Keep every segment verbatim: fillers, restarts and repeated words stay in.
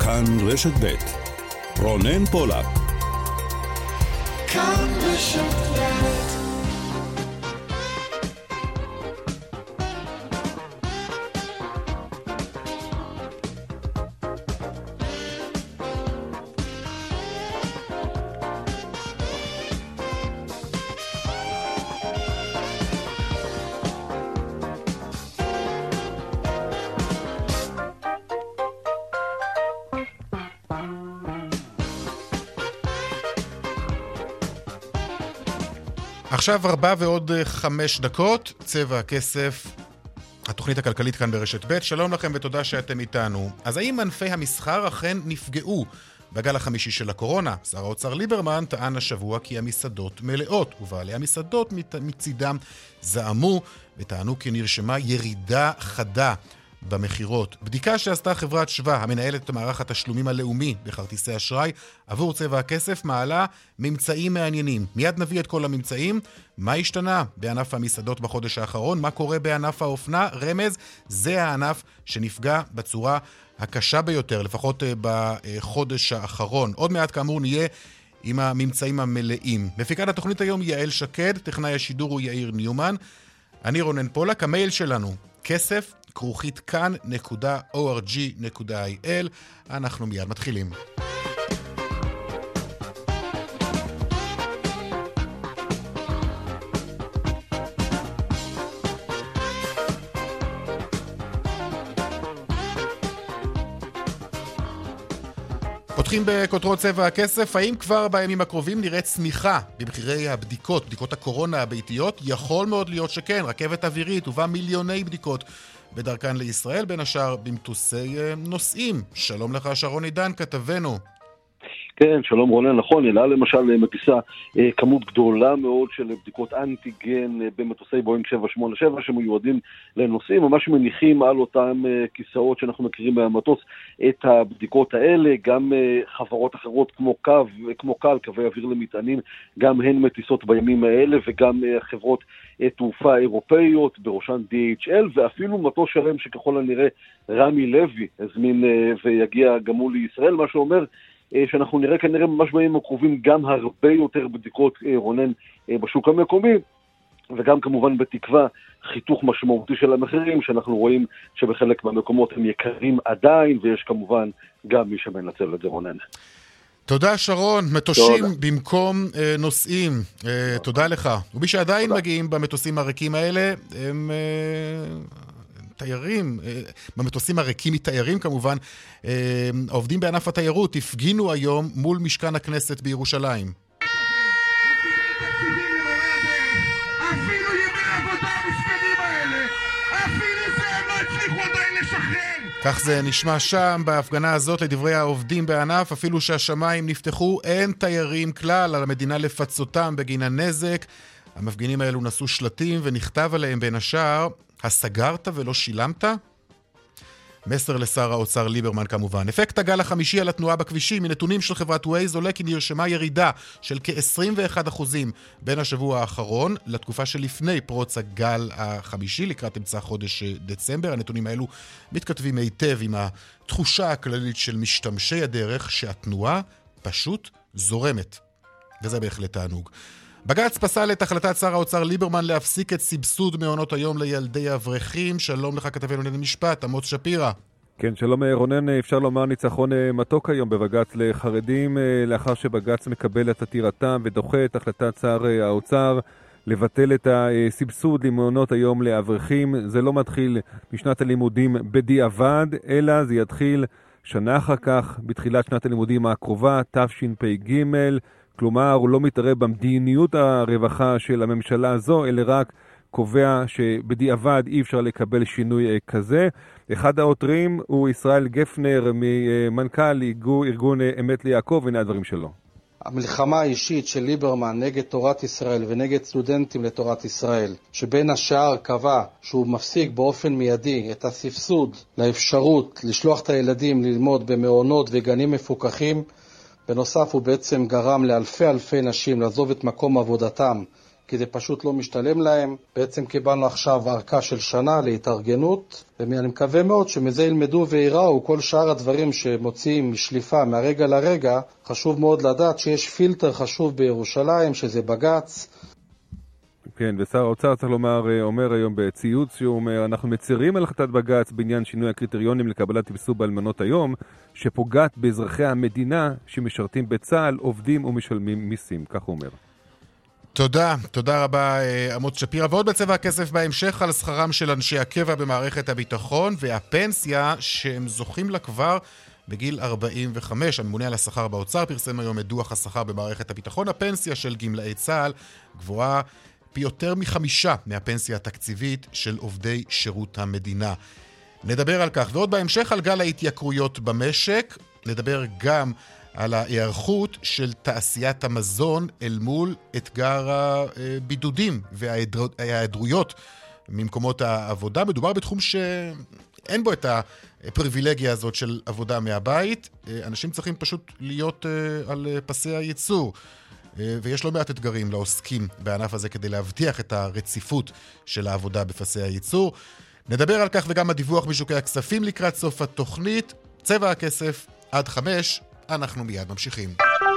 כאן רשת ב' רונן פולק. כאן רשת ב'. עכשיו ארבע ועוד חמש דקות, צבע הכסף, התוכנית הכלכלית כאן ברשת ב'. שלום לכם ותודה שאתם איתנו. אז האם ענפי המסחר אכן נפגעו בגל החמישי של הקורונה? שר האוצר ליברמן טען השבוע כי המסעדות מלאות, ובעלי המסעדות מצידם זעמו וטענו כי נרשמה ירידה חדה במחירות. בדיקה שעשתה חברת שווה, המנהלת את מערך התשלומים הלאומי בכרטיסי אשראי עבור צבע הכסף, מעלה ממצאים מעניינים. מיד נביא את כל הממצאים. מה השתנה בענף המסעדות בחודש האחרון? מה קורה בענף האופנה? רמז, זה הענף שנפגע בצורה הקשה ביותר, לפחות בחודש האחרון. עוד מעט כאמור נהיה עם הממצאים המלאים. מפיקת התוכנית היום יעל שקד, טכנאי השידור הוא יאיר ניומן. אני רונן פולק, המייל שלנו כסף כרוכית כאן נקודה או אר ג'י נקודה איי אל. אנחנו מיד מתחילים. פותחים בכותרות צבע הכסף. האם כבר בימים הקרובים נראה צמיחה במחירי הבדיקות, בדיקות הקורונה הביתיות? יכול מאוד להיות שכן. רכבת אווירית ובה מיליוני בדיקות בדרכן לישראל, בין השאר במטוסי נוסעים. שלום לך שרון עידן, כתבנו. כן, שלום רונן, נכון, אלא למשל מטיסה אה, כמות גדולה מאוד של בדיקות אנטיגן אה, במטוסי בואינג שבע שמונה שבע שמיועדים לנוסעים, ממש מניחים על אותם אה, כיסאות שאנחנו מכירים במטוס את הבדיקות האלה. גם אה, חברות אחרות כמו קו, כמו קל, קווי אוויר למטענים, גם הן מטיסות בימים האלה, וגם אה, חברות אה, תעופה אירופאיות, בראשן די אייץ' אל, ואפילו מטוס שלם שככל הנראה רמי לוי הזמין אה, ויגיע גם הוא לישראל, מה שאומר שאנחנו נראה כנראה ממש בימים הקרובים גם הרבה יותר בדיקות רונן בשוק המקומי, וגם כמובן בתקווה חיתוך משמעותי של המחירים, שאנחנו רואים שבחלק מהמקומות הם יקרים עדיין, ויש כמובן גם מי שמנצל את זה רונן. תודה שרון, מטושים תודה. במקום אה, נוסעים, אה, תודה לך. ומי שעדיין תודה. מגיעים במטוסים הריקים האלה, הם... אה... תיירים, במטוסים הריקים מתיירים כמובן, העובדים בענף התיירות הפגינו היום מול משכן הכנסת בירושלים. אפילו ימי עבודה המסכנים האלה, אפילו זה הם לא הצליחו עדיין לשחרר. כך זה נשמע שם בהפגנה הזאת. לדברי העובדים בענף, אפילו שהשמיים נפתחו, אין תיירים כלל, על המדינה לפצותם בגין הנזק. המפגינים האלו נשאו שלטים ונכתב עליהם בין השאר, הסגרת ולא שילמת? מסר לשר האוצר ליברמן כמובן. אפקט הגל החמישי על התנועה בכבישים. מנתונים של חברת ווייז עולה כי נרשמה ירידה של כ-עשרים ואחד אחוזים בין השבוע האחרון לתקופה שלפני פרוץ הגל החמישי, לקראת אמצע חודש דצמבר. הנתונים האלו מתכתבים היטב עם התחושה הכללית של משתמשי הדרך שהתנועה פשוט זורמת. וזה בהחלט תענוג. בג"ץ פסל את החלטת שר האוצר ליברמן להפסיק את סבסוד מעונות היום לילדי אברכים. שלום לך כתבנו לענייני משפט, עמוס שפירא. כן, שלום רונן. אפשר לומר ניצחון מתוק היום בבג"ץ לחרדים, לאחר שבג"ץ מקבל את עתירתם ודוחה את החלטת שר האוצר לבטל את הסבסוד למעונות היום לאברכים. זה לא מתחיל משנת הלימודים בדיעבד, אלא זה יתחיל שנה אחר כך, בתחילת שנת הלימודים הקרובה, תשפ"ג. כלומר, הוא לא מתערב במדיניות הרווחה של הממשלה הזו, אלא רק קובע שבדיעבד אי אפשר לקבל שינוי כזה. אחד העותרים הוא ישראל גפנר, מנכ"ל ארגון אמת ליעקב, הנה הדברים שלו. המלחמה האישית של ליברמן נגד תורת ישראל ונגד סטודנטים לתורת ישראל, שבין השאר קבע שהוא מפסיק באופן מיידי את הסבסוד לאפשרות לשלוח את הילדים ללמוד במעונות וגנים מפוקחים, בנוסף הוא בעצם גרם לאלפי אלפי נשים לעזוב את מקום עבודתם כי זה פשוט לא משתלם להם. בעצם קיבלנו עכשיו ארכה של שנה להתארגנות, ואני מקווה מאוד שמזה ילמדו ויראו כל שאר הדברים שמוציאים משליפה מהרגע לרגע. חשוב מאוד לדעת שיש פילטר חשוב בירושלים, שזה בג"ץ. כן, ושר האוצר צריך לומר, אומר היום בציוץ שהוא אומר, אנחנו מצירים על החלטת בג"ץ בעניין שינוי הקריטריונים לקבלת סבסוד באלמנות היום, שפוגעת באזרחי המדינה שמשרתים בצה"ל, עובדים ומשלמים מיסים, כך הוא אומר. תודה, תודה רבה עמוס שפירא. ועוד בצבע הכסף בהמשך על שכרם של אנשי הקבע במערכת הביטחון והפנסיה שהם זוכים לה כבר בגיל ארבעים וחמש. הממונה על השכר באוצר פרסם היום את דוח השכר במערכת הביטחון. הפנסיה של גמלאי צה"ל גבוהה פי יותר מחמישה מהפנסיה התקציבית של עובדי שירות המדינה. נדבר על כך, ועוד בהמשך על גל ההתייקרויות במשק. נדבר גם על ההיערכות של תעשיית המזון אל מול אתגר הבידודים וההיעדרויות ממקומות העבודה. מדובר בתחום שאין בו את הפריבילגיה הזאת של עבודה מהבית. אנשים צריכים פשוט להיות על פסי הייצור. ויש לא מעט אתגרים לעוסקים בענף הזה כדי להבטיח את הרציפות של העבודה בפסי הייצור. נדבר על כך וגם הדיווח משוקי הכספים לקראת סוף התוכנית. צבע הכסף עד חמש. אנחנו מיד ממשיכים.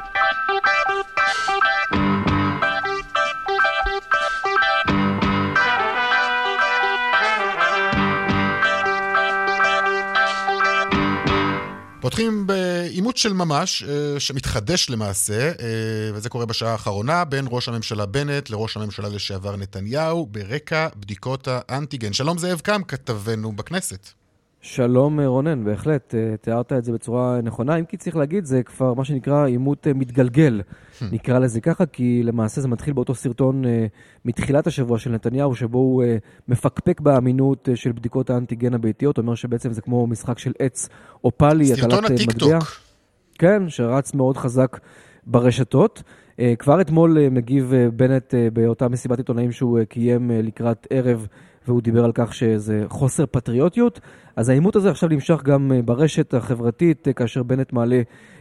פותחים באימות של ממש, שמתחדש למעשה, וזה קורה בשעה האחרונה, בין ראש הממשלה בנט לראש הממשלה לשעבר נתניהו, ברקע בדיקות האנטיגן. שלום זאב קם, כתבנו בכנסת. שלום רונן, בהחלט, תיארת את זה בצורה נכונה, אם כי צריך להגיד, זה כבר מה שנקרא אימות מתגלגל, נקרא לזה ככה, כי למעשה זה מתחיל באותו סרטון מתחילת השבוע של נתניהו, שבו הוא מפקפק באמינות של בדיקות האנטיגן הביתיות, אומר שבעצם זה כמו משחק של עץ או פלי, סרטון הטיק-טוק. כן, שרץ מאוד חזק ברשתות. כבר אתמול מגיב בנט באותה מסיבת עיתונאים שהוא קיים לקראת ערב, והוא דיבר על כך שזה חוסר פטריוטיות. אז האימות הזה עכשיו נמשך גם ברשת החברתית, כאשר בנט מעלה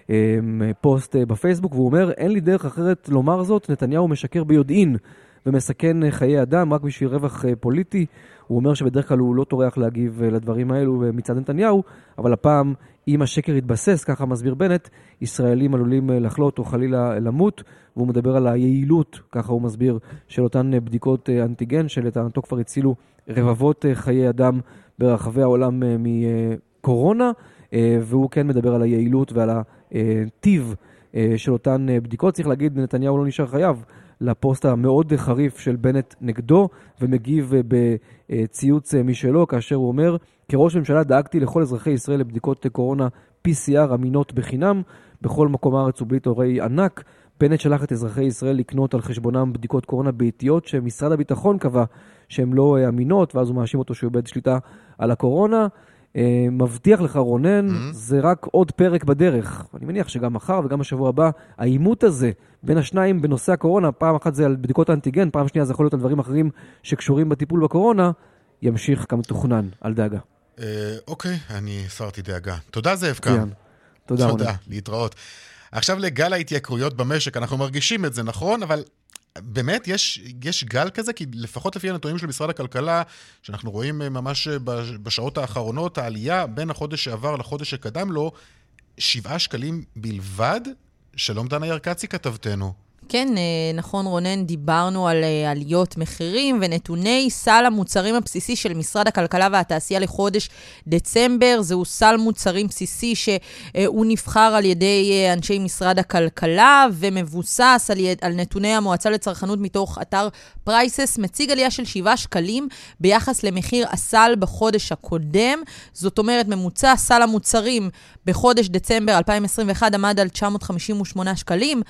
פוסט בפייסבוק, והוא אומר, אין לי דרך אחרת לומר זאת, נתניהו משקר ביודעין ומסכן חיי אדם רק בשביל רווח פוליטי. הוא אומר שבדרך כלל הוא לא טורח להגיב לדברים האלו מצד נתניהו, אבל הפעם, אם השקר יתבסס, ככה מסביר בנט, ישראלים עלולים לחלות או חלילה למות, והוא מדבר על היעילות, ככה הוא מסביר, של אותן בדיקות אנטיגן, שלטענתו כבר הצילו רבבות חיי אדם ברחבי העולם מקורונה, והוא כן מדבר על היעילות ועל הטיב של אותן בדיקות. צריך להגיד, נתניהו לא נשאר חייב לפוסט המאוד חריף של בנט נגדו, ומגיב בציוץ משלו, כאשר הוא אומר, כראש ממשלה דאגתי לכל אזרחי ישראל לבדיקות קורונה פי סי אר אמינות בחינם, בכל מקום הארץ ובלי תורי ענק. בנט שלח את אזרחי ישראל לקנות על חשבונם בדיקות קורונה ביתיות, שמשרד הביטחון קבע שהן לא אמינות, ואז הוא מאשים אותו שהוא איבד שליטה על הקורונה. מבטיח לך רונן, mm-hmm. זה רק עוד פרק בדרך. אני מניח שגם מחר וגם השבוע הבא, האימות הזה בין השניים בנושא הקורונה, פעם אחת זה על בדיקות האנטיגן, פעם שנייה זה יכול להיות על דברים אחרים שקשורים בטיפול בקורונה, ימשיך כמתוכנן, על דאגה. אוקיי, אני סרתי דאגה. תודה זאב קם. תודה רונן. תודה, להתראות. עכשיו לגל ההתייקרויות במשק, אנחנו מרגישים את זה, נכון? אבל באמת יש, יש גל כזה, כי לפחות לפי הנתונים של משרד הכלכלה, שאנחנו רואים ממש בשעות האחרונות, העלייה בין החודש שעבר לחודש שקדם לו, שבעה שקלים בלבד. שלום דנה ירקצי, כתבתנו. כן, נכון רונן, דיברנו על עליות מחירים ונתוני סל המוצרים הבסיסי של משרד הכלכלה והתעשייה לחודש דצמבר. זהו סל מוצרים בסיסי שהוא נבחר על ידי אנשי משרד הכלכלה ומבוסס על, יד, על נתוני המועצה לצרכנות מתוך אתר פרייסס, מציג עלייה של שבעה שקלים ביחס למחיר הסל בחודש הקודם. זאת אומרת, ממוצע סל המוצרים בחודש דצמבר אלפיים עשרים ואחת עמד על תשע מאות חמישים ושמונה שקלים.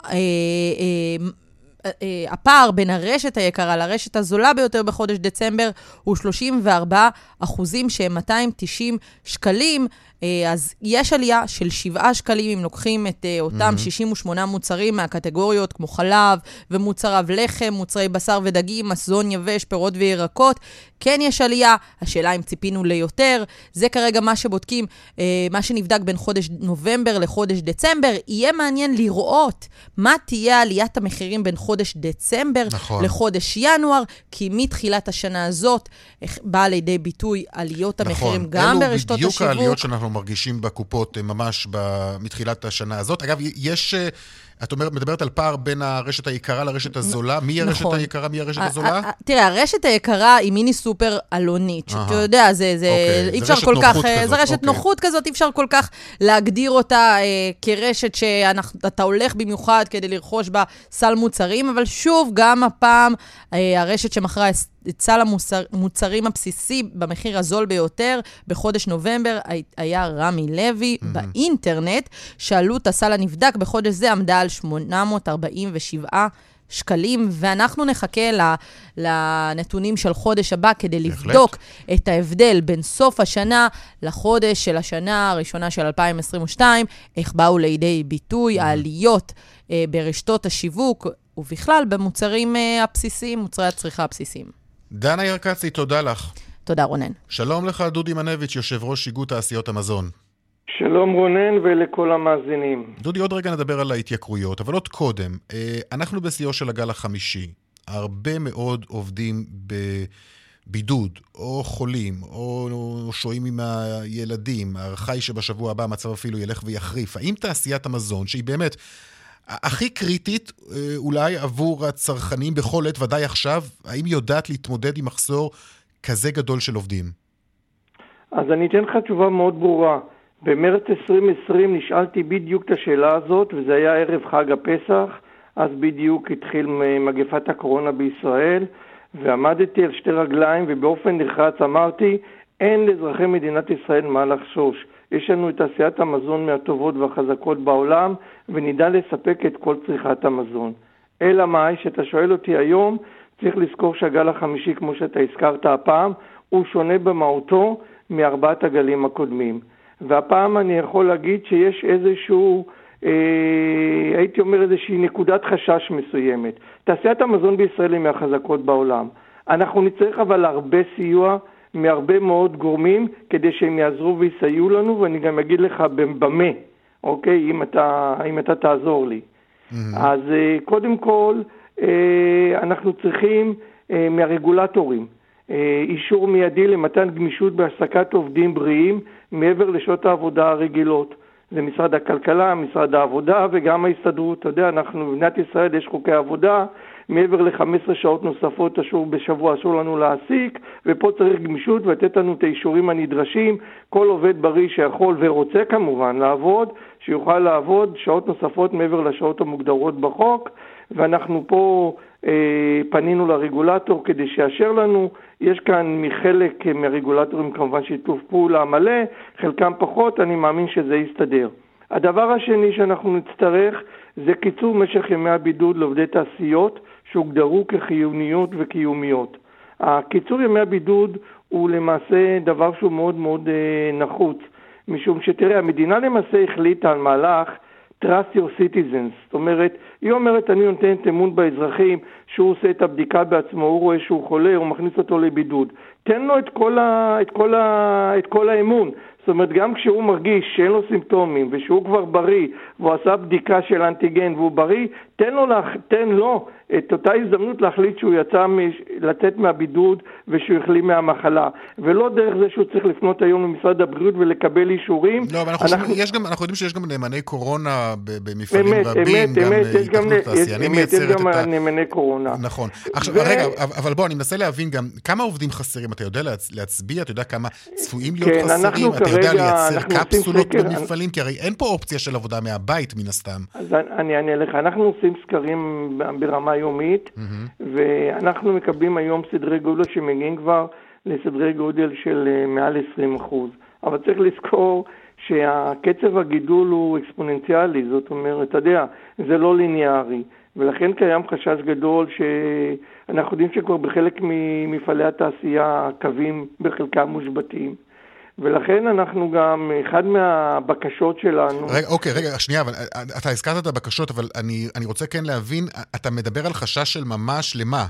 הפער בין הרשת היקרה לרשת הזולה ביותר בחודש דצמבר הוא שלושים וארבעה אחוזים שהם מאתיים ותשעים שקלים. אז יש עלייה של שבעה שקלים אם לוקחים את אותם שישים ושמונה מוצרים מהקטגוריות כמו חלב ומוצריו לחם, מוצרי בשר ודגים, מזון יבש, פירות וירקות. כן יש עלייה, השאלה אם ציפינו ליותר. זה כרגע מה שבודקים, מה שנבדק בין חודש נובמבר לחודש דצמבר. יהיה מעניין לראות מה תהיה עליית המחירים בין חודש חודש דצמבר נכון. לחודש ינואר, כי מתחילת השנה הזאת באה לידי ביטוי עליות המחירים נכון. גם ברשתות השיווק. אלו בדיוק העליות שאנחנו מרגישים בקופות ממש מתחילת השנה הזאת. אגב, יש... את אומרת, מדברת על פער בין הרשת היקרה לרשת הזולה. מי הרשת נכון. היקרה, מי הרשת הזולה? תראה, הרשת היקרה היא מיני סופר אלונית, שאתה יודע, זה, זה, אוקיי. אי אפשר זה כל כך, כזאת. זה רשת אוקיי. נוחות כזאת, אי אפשר כל כך להגדיר אותה אה, כרשת שאתה הולך במיוחד כדי לרכוש בה סל מוצרים, אבל שוב, גם הפעם, אה, הרשת שמכרה את סל המוצרים הבסיסי במחיר הזול ביותר, בחודש נובמבר היה רמי לוי mm-hmm. באינטרנט, שעלות הסל הנבדק בחודש זה עמדה על שמונה מאות ארבעים ושבעה שקלים, ואנחנו נחכה לנתונים של חודש הבא כדי לבדוק את ההבדל בין סוף השנה לחודש של השנה הראשונה של אלפיים עשרים ושתיים, איך באו לידי ביטוי העליות אה, ברשתות השיווק, ובכלל במוצרים אה, הבסיסיים, מוצרי הצריכה הבסיסיים. דנה ירקצי, תודה לך. תודה רונן. שלום לך דודי מנביץ', יושב ראש איגוד תעשיות המזון. שלום רונן ולכל המאזינים. דודי, עוד רגע נדבר על ההתייקרויות, אבל עוד קודם, אנחנו בשיאו של הגל החמישי, הרבה מאוד עובדים בבידוד, או חולים, או שוהים עם הילדים, הערכה היא שבשבוע הבא המצב אפילו ילך ויחריף. האם תעשיית המזון, שהיא באמת הכי קריטית אולי עבור הצרכנים בכל עת, ודאי עכשיו, האם היא יודעת להתמודד עם מחסור כזה גדול של עובדים? אז אני אתן לך תשובה מאוד ברורה. במרץ עשרים עשרים נשאלתי בדיוק את השאלה הזאת, וזה היה ערב חג הפסח, אז בדיוק התחיל מגפת הקורונה בישראל, ועמדתי על שתי רגליים, ובאופן נחרץ אמרתי, אין לאזרחי מדינת ישראל מה לחשוש. יש לנו את תעשיית המזון מהטובות והחזקות בעולם, ונדע לספק את כל צריכת המזון. אלא מה, שאתה שואל אותי היום, צריך לזכור שהגל החמישי, כמו שאתה הזכרת הפעם, הוא שונה במהותו מארבעת הגלים הקודמים. והפעם אני יכול להגיד שיש איזשהו, אה, הייתי אומר איזושהי נקודת חשש מסוימת. תעשיית המזון בישראל היא מהחזקות בעולם. אנחנו נצטרך אבל הרבה סיוע מהרבה מאוד גורמים כדי שהם יעזרו ויסייעו לנו, ואני גם אגיד לך במה, אוקיי, אם אתה, אם אתה תעזור לי. Mm-hmm. אז אה, קודם כל, אה, אנחנו צריכים אה, מהרגולטורים, אישור מיידי למתן גמישות בהעסקת עובדים בריאים מעבר לשעות העבודה הרגילות. זה משרד הכלכלה, משרד העבודה וגם ההסתדרות. אתה יודע, אנחנו במדינת ישראל יש חוקי עבודה, מעבר ל-חמש עשרה שעות נוספות אסור בשבוע אסור לנו להעסיק, ופה צריך גמישות ולתת לנו את האישורים הנדרשים. כל עובד בריא שיכול ורוצה כמובן לעבוד, שיוכל לעבוד שעות נוספות מעבר לשעות המוגדרות בחוק, ואנחנו פה אה, פנינו לרגולטור כדי שיאשר לנו. יש כאן מחלק מהרגולטורים כמובן שיתוף פעולה מלא, חלקם פחות, אני מאמין שזה יסתדר. הדבר השני שאנחנו נצטרך זה קיצור משך ימי הבידוד לעובדי תעשיות שהוגדרו כחיוניות וקיומיות. הקיצור ימי הבידוד הוא למעשה דבר שהוא מאוד מאוד אה, נחוץ, משום שתראה, המדינה למעשה החליטה על מהלך Trust your citizens, זאת אומרת, היא אומרת, אני נותנת אמון באזרחים, שהוא עושה את הבדיקה בעצמו, הוא רואה שהוא חולה, הוא מכניס אותו לבידוד. תן לו את כל, ה, את כל, ה, את כל האמון. זאת אומרת, גם כשהוא מרגיש שאין לו סימפטומים, ושהוא כבר בריא, והוא עשה בדיקה של אנטיגן, והוא בריא, תן לו, תן לו את אותה הזדמנות להחליט שהוא יצא מש, לצאת מהבידוד, ושהוא החלים מהמחלה. ולא דרך זה שהוא צריך לפנות היום למשרד הבריאות ולקבל אישורים. לא, אבל אנחנו, אנחנו... יש גם, אנחנו יודעים שיש גם נאמני קורונה במפעלים אמת, רבים, אמת, גם אמת, יש גם, התאחדות אמת, יש גם את ה... נאמני קורונה. נכון. עכשיו, ו... רגע, אבל בוא, אני מנסה להבין גם כמה עובדים חסרים, אתה יודע להצביע, אתה יודע כמה צפויים להיות כן, חסרים, אתה יודע לייצר קפסולות סקר, במפעלים, כי הרי אין פה אופציה של עבודה מהבית מן הסתם. אז אני אענה לך, אנחנו עושים סקרים ברמה יומית, mm-hmm. ואנחנו מקבלים היום סדרי גודל שמגיעים כבר לסדרי גודל של מעל עשרים אחוז. אבל צריך לזכור שהקצב הגידול הוא אקספוננציאלי, זאת אומרת, אתה יודע, זה לא ליניארי, ולכן קיים חשש גדול שאנחנו יודעים שכבר בחלק ממפעלי התעשייה הקווים בחלקם מושבתים. ולכן אנחנו גם, אחד מהבקשות שלנו... רגע, אוקיי, רגע, שנייה, אבל אתה הזכרת את הבקשות, אבל אני, אני רוצה כן להבין, אתה מדבר על חשש של ממש למה?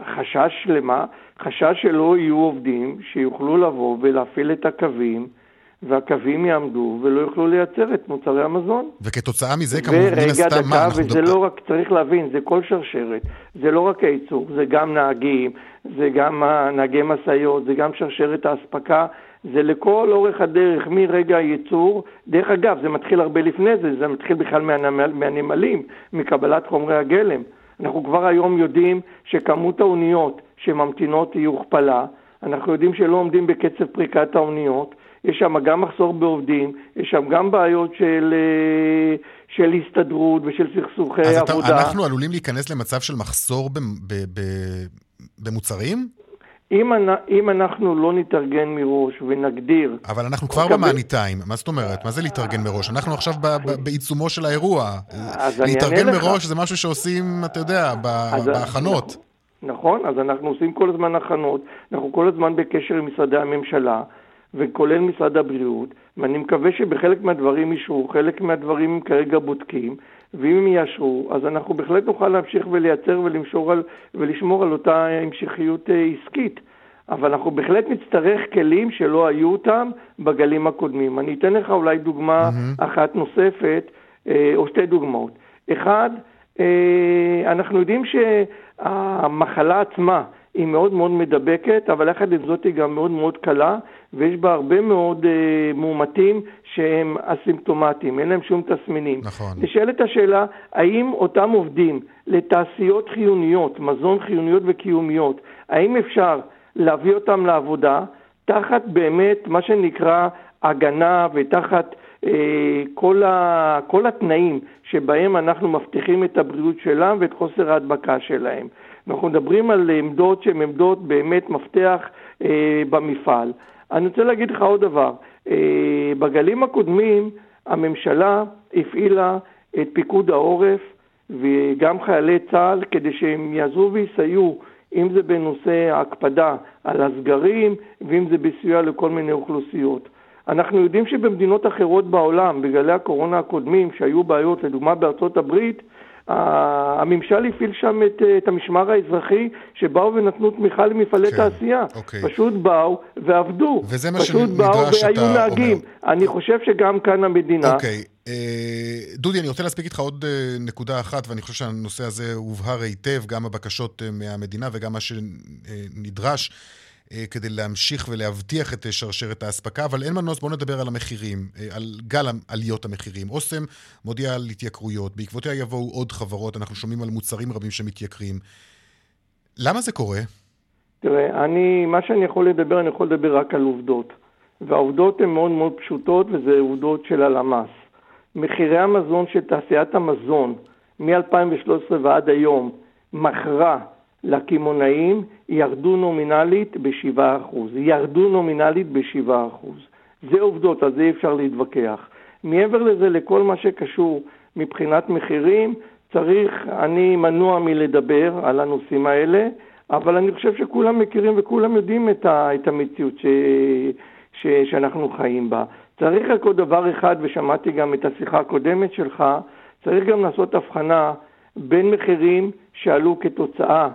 חשש למה? חשש שלא יהיו עובדים שיוכלו לבוא ולהפעיל את הקווים והקווים יעמדו ולא יוכלו לייצר את מוצרי המזון. וכתוצאה מזה כמובן מן הסתם מה אנחנו... וזה לא רק, צריך להבין, זה כל שרשרת, זה לא רק הייצור, זה גם נהגים, זה גם נהגי מסעיות, זה גם שרשרת ההספקה, זה לכל אורך הדרך מרגע הייצור. דרך אגב, זה מתחיל הרבה לפני זה, זה מתחיל בכלל מהנמל, מהנמלים, מקבלת חומרי הגלם. אנחנו כבר היום יודעים שכמות האוניות שממתינות היא הוכפלה, אנחנו יודעים שלא עומדים בקצב פריקת האוניות, יש שם גם מחסור בעובדים, יש שם גם בעיות של, של הסתדרות ושל סכסוכי עבודה. אז אנחנו עלולים להיכנס למצב של מחסור ב, ב, ב, במוצרים? אם, אם אנחנו לא נתארגן מראש ונגדיר... אבל אנחנו כבר במאניטיים, מה זאת אומרת? מה זה להתארגן מראש? אנחנו עכשיו ב, ב, בעיצומו של האירוע. להתארגן מראש זה משהו שעושים, אתה יודע, בהכנות. נכון, אז אנחנו עושים כל הזמן הכנות, אנחנו כל הזמן בקשר עם משרדי הממשלה, וכולל משרד הבריאות, ואני מקווה שבחלק מהדברים ישרו, חלק מהדברים כרגע בודקים, ואם הם ישרו, אז אנחנו בהחלט נוכל להמשיך ולייצר ולשמור על, ולשמור על אותה המשכיות עסקית. אבל אנחנו בהחלט נצטרך כלים שלא היו אותם בגלים הקודמים. אני אתן לך אולי דוגמה mm-hmm. אחת נוספת, או שתי דוגמאות. אחד, אנחנו יודעים שהמחלה עצמה היא מאוד מאוד מדבקת, אבל יחד עם זאת היא גם מאוד מאוד קלה, ויש בה הרבה מאוד uh, מאומתים שהם אסימפטומטיים, אין להם שום תסמינים. נכון. נשאלת השאלה, האם אותם עובדים לתעשיות חיוניות, מזון חיוניות וקיומיות, האם אפשר להביא אותם לעבודה, תחת באמת מה שנקרא הגנה ותחת uh, כל, ה, כל התנאים שבהם אנחנו מבטיחים את הבריאות שלהם ואת חוסר ההדבקה שלהם. אנחנו מדברים על עמדות שהן עמדות באמת מפתח אה, במפעל. אני רוצה להגיד לך עוד דבר. אה, בגלים הקודמים הממשלה הפעילה את פיקוד העורף וגם חיילי צה"ל כדי שהם יעזרו ויסייעו, אם זה בנושא ההקפדה על הסגרים ואם זה בסיוע לכל מיני אוכלוסיות. אנחנו יודעים שבמדינות אחרות בעולם, בגלי הקורונה הקודמים שהיו בעיות, לדוגמה בארצות הברית, הממשל הפעיל שם את, את המשמר האזרחי שבאו ונתנו תמיכה למפעלי כן, תעשייה. אוקיי. פשוט באו ועבדו. וזה מה פשוט באו והיו נהגים. אומר. אני חושב שגם כאן המדינה... אוקיי. דודי, אני רוצה להספיק איתך עוד נקודה אחת, ואני חושב שהנושא הזה הובהר היטב, גם הבקשות מהמדינה וגם מה שנדרש כדי להמשיך ולהבטיח את שרשרת ההספקה, אבל אין מנוס, בואו נדבר על המחירים, על גל עליות המחירים. אוסם מודיע על התייקרויות, בעקבותיה יבואו עוד חברות, אנחנו שומעים על מוצרים רבים שמתייקרים. למה זה קורה? תראה, אני, מה שאני יכול לדבר, אני יכול לדבר רק על עובדות. והעובדות הן מאוד מאוד פשוטות, וזה עובדות של הלמ"ס. מחירי המזון של תעשיית המזון, מ-אלפיים ושלוש עשרה ועד היום, מכרה לקמעונאים, ירדו נומינלית ב-שבעה אחוז. ירדו נומינלית ב-שבעה אחוז. זה עובדות, אז זה אי אפשר להתווכח. מעבר לזה, לכל מה שקשור מבחינת מחירים, צריך, אני מנוע מלדבר על הנושאים האלה, אבל אני חושב שכולם מכירים וכולם יודעים את, ה, את המציאות ש, ש, שאנחנו חיים בה. צריך רק עוד דבר אחד, ושמעתי גם את השיחה הקודמת שלך, צריך גם לעשות הבחנה בין מחירים שעלו כתוצאה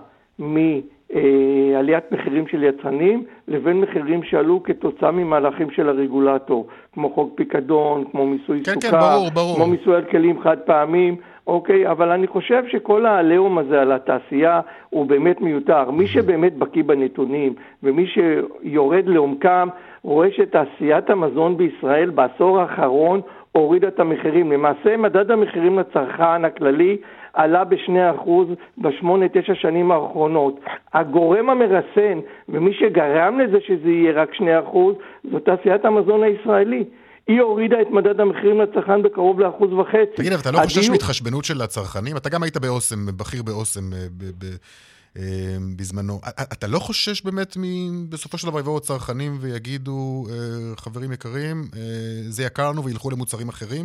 מעליית מחירים של יצרנים, לבין מחירים שעלו כתוצאה ממהלכים של הרגולטור, כמו חוק פיקדון, כמו מיסוי כן, סוכר, כן, ברור, ברור. כמו מיסוי על כלים חד פעמים, אוקיי, אבל אני חושב שכל העליהום הזה על התעשייה הוא באמת מיותר. מי שבאמת בקיא בנתונים, ומי שיורד לעומקם, רואה שתעשיית המזון בישראל בעשור האחרון הורידה את המחירים. למעשה מדד המחירים לצרכן הכללי עלה בשני אחוז בשמונה תשע שנים האחרונות. הגורם המרסן ומי שגרם לזה שזה יהיה רק שני אחוז זו תעשיית המזון הישראלי. היא הורידה את מדד המחירים לצרכן בקרוב לאחוז וחצי. תגיד, אבל אתה לא הדיוק... חושש מהתחשבנות של הצרכנים? אתה גם היית באוסם, בכיר באוסם ב- ב- בזמנו. אתה לא חושש באמת בסופו של דבר יבואו הצרכנים ויגידו, חברים יקרים, זה יקר לנו וילכו למוצרים אחרים?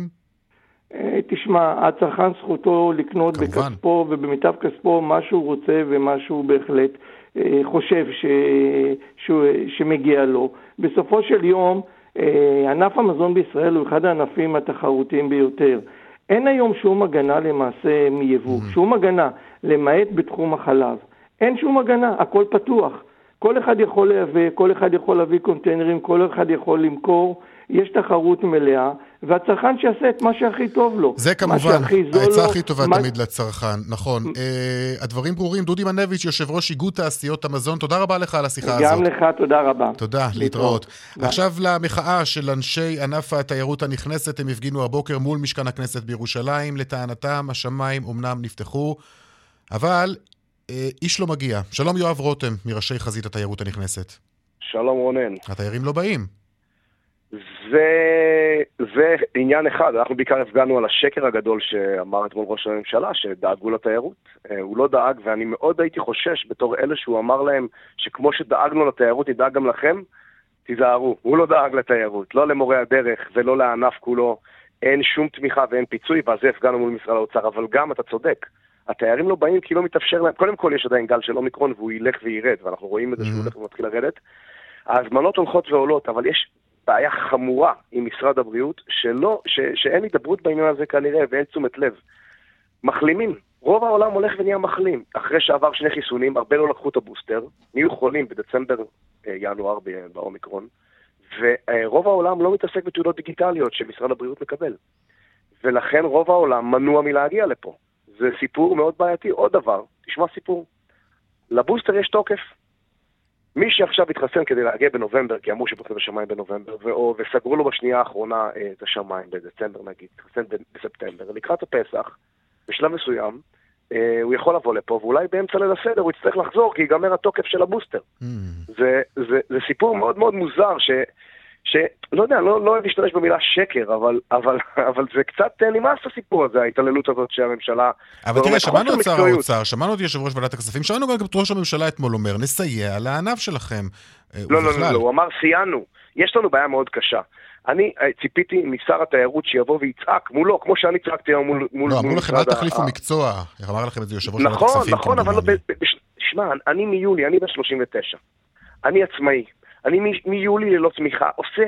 תשמע, הצרכן זכותו לקנות כמובן. בכספו ובמיטב כספו מה שהוא רוצה ומה שהוא בהחלט חושב ש... ש... שמגיע לו. בסופו של יום, ענף המזון בישראל הוא אחד הענפים התחרותיים ביותר. אין היום שום הגנה למעשה מיבוא, mm-hmm. שום הגנה, למעט בתחום החלב. אין שום הגנה, הכל פתוח. כל אחד יכול להביא, כל אחד יכול להביא קונטיינרים, כל אחד יכול למכור יש תחרות מלאה, והצרכן שיעשה את מה שהכי טוב לו. זה כמובן, העצה הכי טובה תמיד לצרכן, נכון. הדברים ברורים. דודי מנביץ', יושב ראש איגוד תעשיות המזון, תודה רבה לך על השיחה הזאת. גם לך, תודה רבה. תודה, להתראות. עכשיו למחאה של אנשי ענף התיירות הנכנסת, הם הפגינו הבוקר מול משכן הכנסת בירושלים, לטענתם השמיים אומנם נפתחו, אבל איש לא מגיע. שלום יואב רותם, מראשי חזית התיירות הנכנסת. שלום רונן. התיירים לא באים. זה, זה עניין אחד. אנחנו בעיקר הפגענו על השקר הגדול שאמר אתמול ראש הממשלה, שדאגו לתיירות. הוא לא דאג, ואני מאוד הייתי חושש בתור אלה שהוא אמר להם שכמו שדאגנו לתיירות, נדאג גם לכם, תיזהרו. הוא לא דאג לתיירות, לא למורי הדרך ולא לענף כולו. אין שום תמיכה ואין פיצוי, ואז הפגענו מול משרד האוצר. אבל גם אתה צודק. התיירים לא באים כי לא מתאפשר להם. קודם כל יש עדיין גל של אומיקרון והוא ילך וירד, ואנחנו רואים את זה שהוא הולך ומתחיל לרדת. ההזמנות הולכות ועולות, אבל יש בעיה חמורה עם משרד הבריאות, שלא, ש, שאין התדברות בעניין הזה כנראה, ואין תשומת לב. מחלימים. רוב העולם הולך ונהיה מחלים. אחרי שעבר שני חיסונים, הרבה לא לקחו את הבוסטר, נהיו חולים בדצמבר, ינואר באומיקרון, ורוב העולם לא מתעסק בתעודות דיגיטליות שמשרד הבריאות מקבל. ולכן רוב העולם מנוע מלהגיע לפה. זה סיפור מאוד בעייתי. עוד דבר, תשמע סיפור. לבוסטר יש תוקף. מי שעכשיו התחסן כדי להגיע בנובמבר, כי אמרו שפותחים בשמיים בנובמבר, ו- וסגרו לו בשנייה האחרונה את השמיים בדצמבר נגיד, התחסן בספטמבר, לקראת הפסח, בשלב מסוים, הוא יכול לבוא לפה, ואולי באמצע ליל הסדר הוא יצטרך לחזור, כי ייגמר התוקף של הבוסטר. Mm. זה, זה, זה סיפור מאוד מאוד מוזר, ש... שלא יודע, לא, לא להשתמש במילה שקר, אבל, אבל, אבל זה קצת נמאס הסיפור הזה, ההתעללות הזאת שהממשלה... אבל תראה, שמענו את שר האוצר, שמענו את יושב ראש ועדת הכספים, שמענו גם את ראש הממשלה אתמול אומר, נסייע לענף שלכם. לא, לא, לא, לא, הוא אמר, סייענו. יש לנו בעיה מאוד קשה. אני ציפיתי משר התיירות שיבוא ויצעק מולו, כמו שאני צעקתי היום מול... לא, אמרו לכם, אל תחליפו מקצוע. אמר לכם את זה יושב ראש ועדת הכספים. נכון, נכון, אבל שמע, אני מיולי, אני בן שלושים ותשע. אני עצמאי. אני מיולי ללא צמיחה, עושה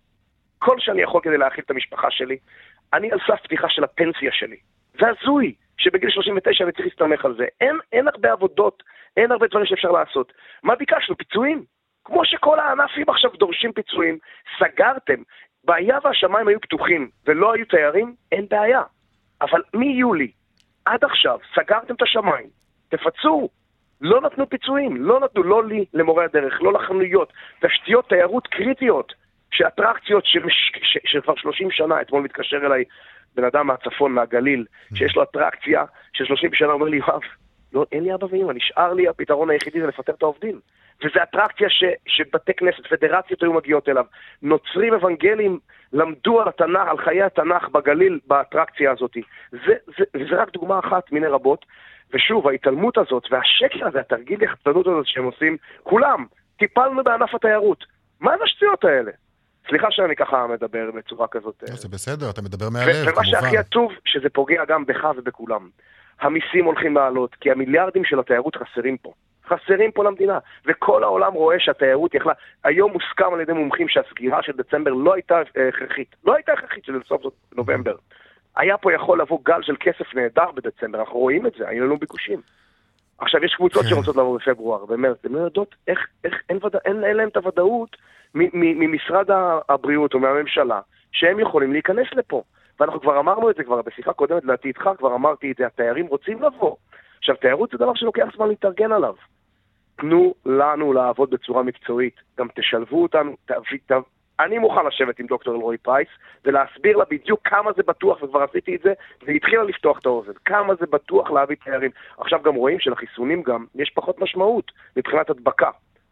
כל שאני יכול כדי להאכיל את המשפחה שלי. אני על סף פתיחה של הפנסיה שלי. זה הזוי שבגיל שלושים ותשע אני צריך להסתמך על זה. אין, אין הרבה עבודות, אין הרבה דברים שאפשר לעשות. מה ביקשנו? פיצויים. כמו שכל הענפים עכשיו דורשים פיצויים, סגרתם. בעיה והשמיים היו פתוחים ולא היו תיירים, אין בעיה. אבל מיולי עד עכשיו סגרתם את השמיים. תפצו. לא נתנו פיצויים, לא נתנו, לא לי, למורי הדרך, לא לחנויות, תשתיות תיירות קריטיות, שאטרקציות שכבר שלושים שנה, אתמול מתקשר אליי בן אדם מהצפון, מהגליל, שיש לו אטרקציה של שלושים שנה, אומר לי, יואב, לא, אין לי אבא ואמא, נשאר לי הפתרון היחידי זה לפטר את העובדים. וזו אטרקציה ש, שבתי כנסת, פדרציות היו מגיעות אליו. נוצרים אבנגלים למדו על התנ"ך, על חיי התנ"ך בגליל, באטרקציה הזאת. זה, זה, וזה רק דוגמה אחת מיני רבות. ושוב, ההתעלמות הזאת והשקר הזה, התרגיל יחצנות הזאת שהם עושים, כולם, טיפלנו בענף התיירות. מה זה השטויות האלה? סליחה שאני ככה מדבר בצורה כזאת. זה בסדר, אתה מדבר מהלב, כמובן. ומה שהכי עצוב, שזה פוגע גם בך ובכולם. המיסים הולכים לעלות, כי המיליארדים של התיירות חסרים פה. חסרים פה למדינה, וכל העולם רואה שהתיירות יכלה. היום מוסכם על ידי מומחים שהסגירה של דצמבר לא הייתה הכרחית. לא הייתה הכרחית של סוף נובמבר. היה פה יכול לבוא גל של כסף נהדר בדצמבר, אנחנו רואים את זה, היו לנו ביקושים. עכשיו יש קבוצות שרוצות לבוא בפברואר, במרץ, הן לא יודעות איך, איך, אין, ודא, אין, אין להם את הוודאות ממשרד הבריאות או מהממשלה, שהם יכולים להיכנס לפה. ואנחנו כבר אמרנו את זה כבר בשיחה קודמת, לדעתי איתך, כבר אמרתי את זה, התיירים רוצים לבוא. עכשיו, תיירות זה דבר שלוקח זמן להתארגן עליו. תנו לנו לעבוד בצורה מקצועית, גם תשלבו אותנו, תביא, תביא, אני מוכן לשבת עם דוקטור אלרועי פרייס, ולהסביר לה בדיוק כמה זה בטוח, וכבר עשיתי את זה, והתחילה לפתוח את האוזן. כמה זה בטוח להביא תיירים. עכשיו גם רואים שלחיסונים גם יש פחות משמעות מבחינת הדבקה.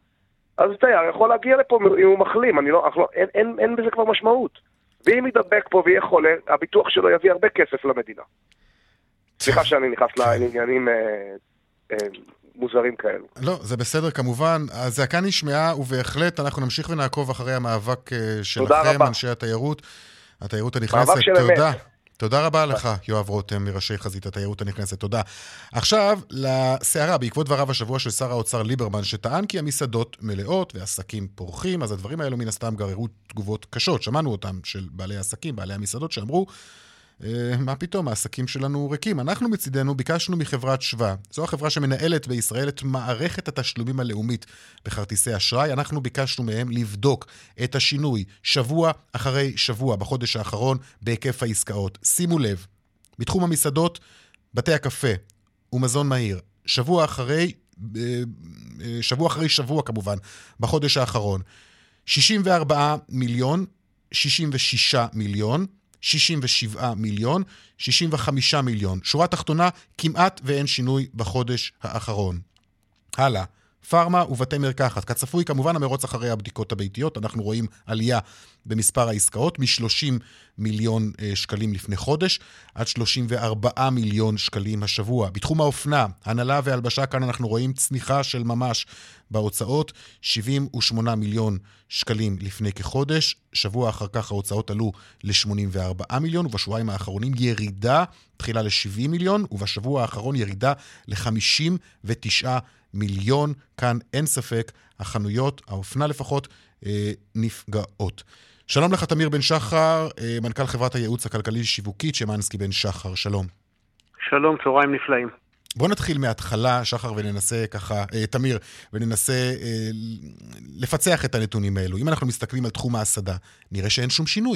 אז תייר יכול להגיע לפה אם הוא מחלים, אני לא, לא, אין, אין, אין בזה כבר משמעות. ואם ידבק פה ויהיה חולה, הביטוח שלו יביא הרבה כסף למדינה. סליחה שאני נכנס לעניינים אה, אה, מוזרים כאלו. לא, זה בסדר כמובן. הזעקה נשמעה, ובהחלט אנחנו נמשיך ונעקוב אחרי המאבק שלכם, אנשי התיירות, התיירות הנכנסת. תודה. תודה רבה לך, יואב רותם, מראשי חזית התיירות הנכנסת. תודה. עכשיו, לסערה, בעקבות דבריו השבוע של שר האוצר ליברמן, שטען כי המסעדות מלאות ועסקים פורחים, אז הדברים האלו מן הסתם גררו תגובות קשות. שמענו אותם של בעלי העסקים, בעלי המסעדות, שאמרו, מה פתאום, העסקים שלנו ריקים. אנחנו מצידנו ביקשנו מחברת שווה, זו החברה שמנהלת בישראל את מערכת התשלומים הלאומית בכרטיסי אשראי, אנחנו ביקשנו מהם לבדוק את השינוי שבוע אחרי שבוע בחודש האחרון בהיקף העסקאות. שימו לב, בתחום המסעדות, בתי הקפה ומזון מהיר, שבוע אחרי, שבוע אחרי שבוע כמובן, בחודש האחרון, שישים וארבעה מיליון, שישים ושישה מיליון, שישים ושבעה מיליון, שישים וחמישה מיליון. שורה תחתונה, כמעט ואין שינוי בחודש האחרון. הלאה. פארמה ובתי מרקחת. כצפוי, כמובן, המרוץ אחרי הבדיקות הביתיות. אנחנו רואים עלייה במספר העסקאות מ-שלושים מיליון שקלים לפני חודש עד שלושים וארבעה מיליון שקלים השבוע. בתחום האופנה, הנהלה והלבשה, כאן אנחנו רואים צניחה של ממש בהוצאות, שבעים ושמונה מיליון שקלים לפני כחודש. שבוע אחר כך ההוצאות עלו ל-שמונים וארבעה מיליון, ובשבועיים האחרונים ירידה, תחילה ל-שבעים מיליון, ובשבוע האחרון ירידה ל-חמישים ותשעה מיליון. כאן אין ספק, החנויות, האופנה לפחות, אה, נפגעות. שלום לך תמיר בן שחר, אה, מנכ"ל חברת הייעוץ הכלכלי שיווקית שמנסקי בן שחר, שלום. שלום, צהריים נפלאים. בוא נתחיל מההתחלה, שחר, וננסה ככה, אה, תמיר, וננסה אה, לפצח את הנתונים האלו. אם אנחנו מסתכלים על תחום ההסעדה, נראה שאין שום שינוי.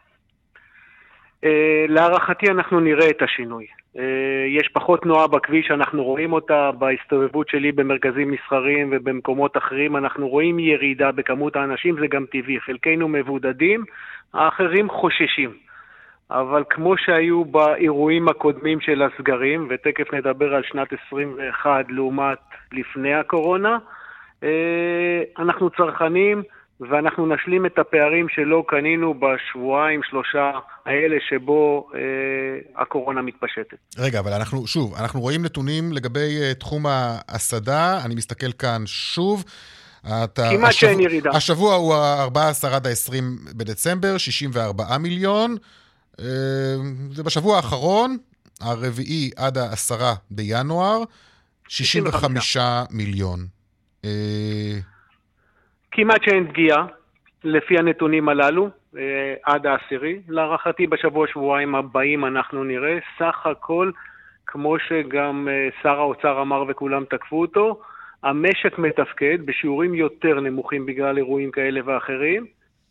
אה, להערכתי אנחנו נראה את השינוי. יש פחות תנועה בכביש, אנחנו רואים אותה בהסתובבות שלי במרכזים מסחריים ובמקומות אחרים, אנחנו רואים ירידה בכמות האנשים, זה גם טבעי, חלקנו מבודדים, האחרים חוששים. אבל כמו שהיו באירועים הקודמים של הסגרים, ותכף נדבר על שנת עשרים ואחת לעומת לפני הקורונה, אנחנו צרכנים, ואנחנו נשלים את הפערים שלא קנינו בשבועיים, שלושה האלה שבו אה, הקורונה מתפשטת. רגע, אבל אנחנו, שוב, אנחנו רואים נתונים לגבי uh, תחום ההסעדה, אני מסתכל כאן שוב. אתה, כמעט השבוע, שאין ירידה. השבוע הוא ה-ארבעה עשר עד ה-עשרים בדצמבר, שישים וארבעה מיליון. אה, זה בשבוע האחרון, הרביעי עד ה-עשרה בינואר, שישים וחמישה מיליון. אה... כמעט שאין פגיעה, לפי הנתונים הללו, עד העשירי. להערכתי בשבוע שבועיים הבאים אנחנו נראה, סך הכל, כמו שגם שר האוצר אמר וכולם תקפו אותו, המשק מתפקד בשיעורים יותר נמוכים בגלל אירועים כאלה ואחרים,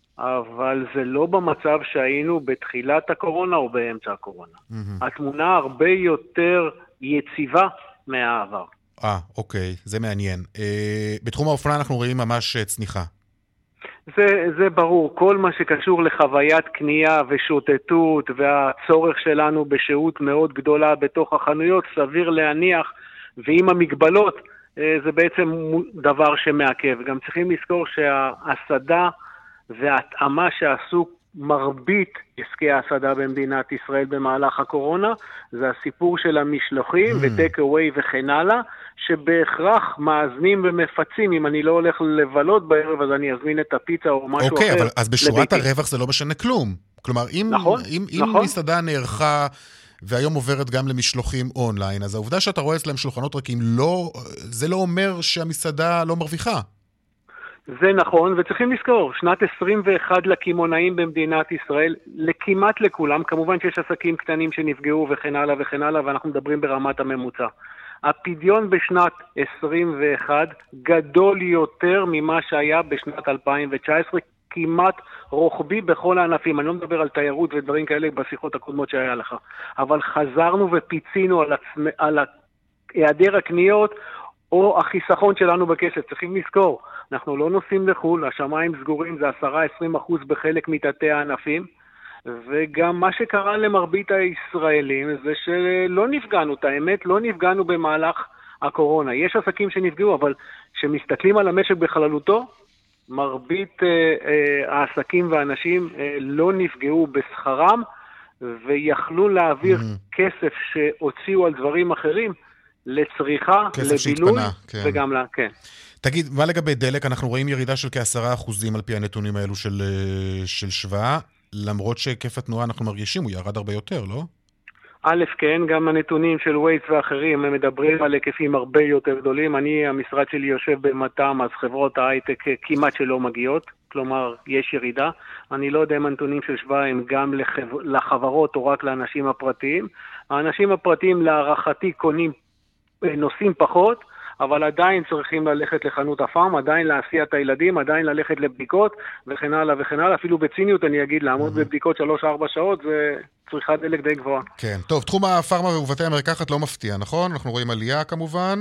אבל זה לא במצב שהיינו בתחילת הקורונה או באמצע הקורונה. Mm-hmm. התמונה הרבה יותר יציבה מהעבר. אה, אוקיי, זה מעניין. אה, בתחום האופנה אנחנו רואים ממש צניחה. זה, זה ברור, כל מה שקשור לחוויית קנייה ושוטטות והצורך שלנו בשהות מאוד גדולה בתוך החנויות, סביר להניח, ועם המגבלות, אה, זה בעצם דבר שמעכב. גם צריכים לזכור שההסעדה וההתאמה שעשו מרבית עסקי ההסעדה במדינת ישראל במהלך הקורונה, זה הסיפור של המשלוחים mm. וטק אווי וכן הלאה, שבהכרח מאזנים ומפצים. אם אני לא הולך לבלות בערב, אז אני אזמין את הפיצה או משהו אוקיי, אחר. אבל אז בשורת לביתי. הרווח זה לא משנה כלום. כלומר, אם, נכון, אם, נכון. אם מסעדה נערכה והיום עוברת גם למשלוחים אונליין, אז העובדה שאתה רואה אצלם שולחנות ריקים, לא, זה לא אומר שהמסעדה לא מרוויחה. זה נכון, וצריכים לזכור, שנת עשרים ואחת לכימונאים במדינת ישראל, לכמעט לכולם, כמובן שיש עסקים קטנים שנפגעו וכן הלאה וכן הלאה, ואנחנו מדברים ברמת הממוצע. הפדיון בשנת עשרים ואחת גדול יותר ממה שהיה בשנת אלפיים תשע עשרה, כמעט רוחבי בכל הענפים. אני לא מדבר על תיירות ודברים כאלה בשיחות הקודמות שהיה לך, אבל חזרנו ופיצינו על, עצמ... על היעדר הקניות, או החיסכון שלנו בכסף. צריכים לזכור, אנחנו לא נוסעים לחול, השמיים סגורים, זה עשרה עד עשרים אחוז בחלק מתתי הענפים, וגם מה שקרה למרבית הישראלים זה שלא נפגענו, את האמת לא נפגענו במהלך הקורונה. יש עסקים שנפגעו, אבל כשמסתכלים על המשק בכללותו, מרבית אה, אה, העסקים והאנשים אה, לא נפגעו בשכרם, ויכלו להעביר mm-hmm. כסף שהוציאו על דברים אחרים, לצריכה, לבילוי, כן. וגם לה, כן. תגיד, מה לגבי דלק? אנחנו רואים ירידה של כעשרה אחוזים על פי הנתונים האלו של, של שווה, למרות שהיקף התנועה אנחנו מרגישים, הוא ירד הרבה יותר, לא? א', כן, גם הנתונים של ווייז ואחרים, הם מדברים על היקפים הרבה יותר גדולים. אני, המשרד שלי יושב במת"ם, אז חברות ההייטק כמעט שלא מגיעות. כלומר, יש ירידה. אני לא יודע אם הנתונים של שבא הם גם לחב... לחברות או רק לאנשים הפרטיים. האנשים הפרטיים להערכתי קונים, נוסעים פחות, אבל עדיין צריכים ללכת לחנות הפארם, עדיין להסיע את הילדים, עדיין ללכת לבדיקות, וכן הלאה וכן הלאה. אפילו בציניות אני אגיד, לעמוד בבדיקות שלוש ארבע שעות, זה צריכת דלק די גבוהה. כן, טוב, תחום הפארמה ובתי המרקחת לא מפתיע, נכון? אנחנו רואים עלייה כמובן.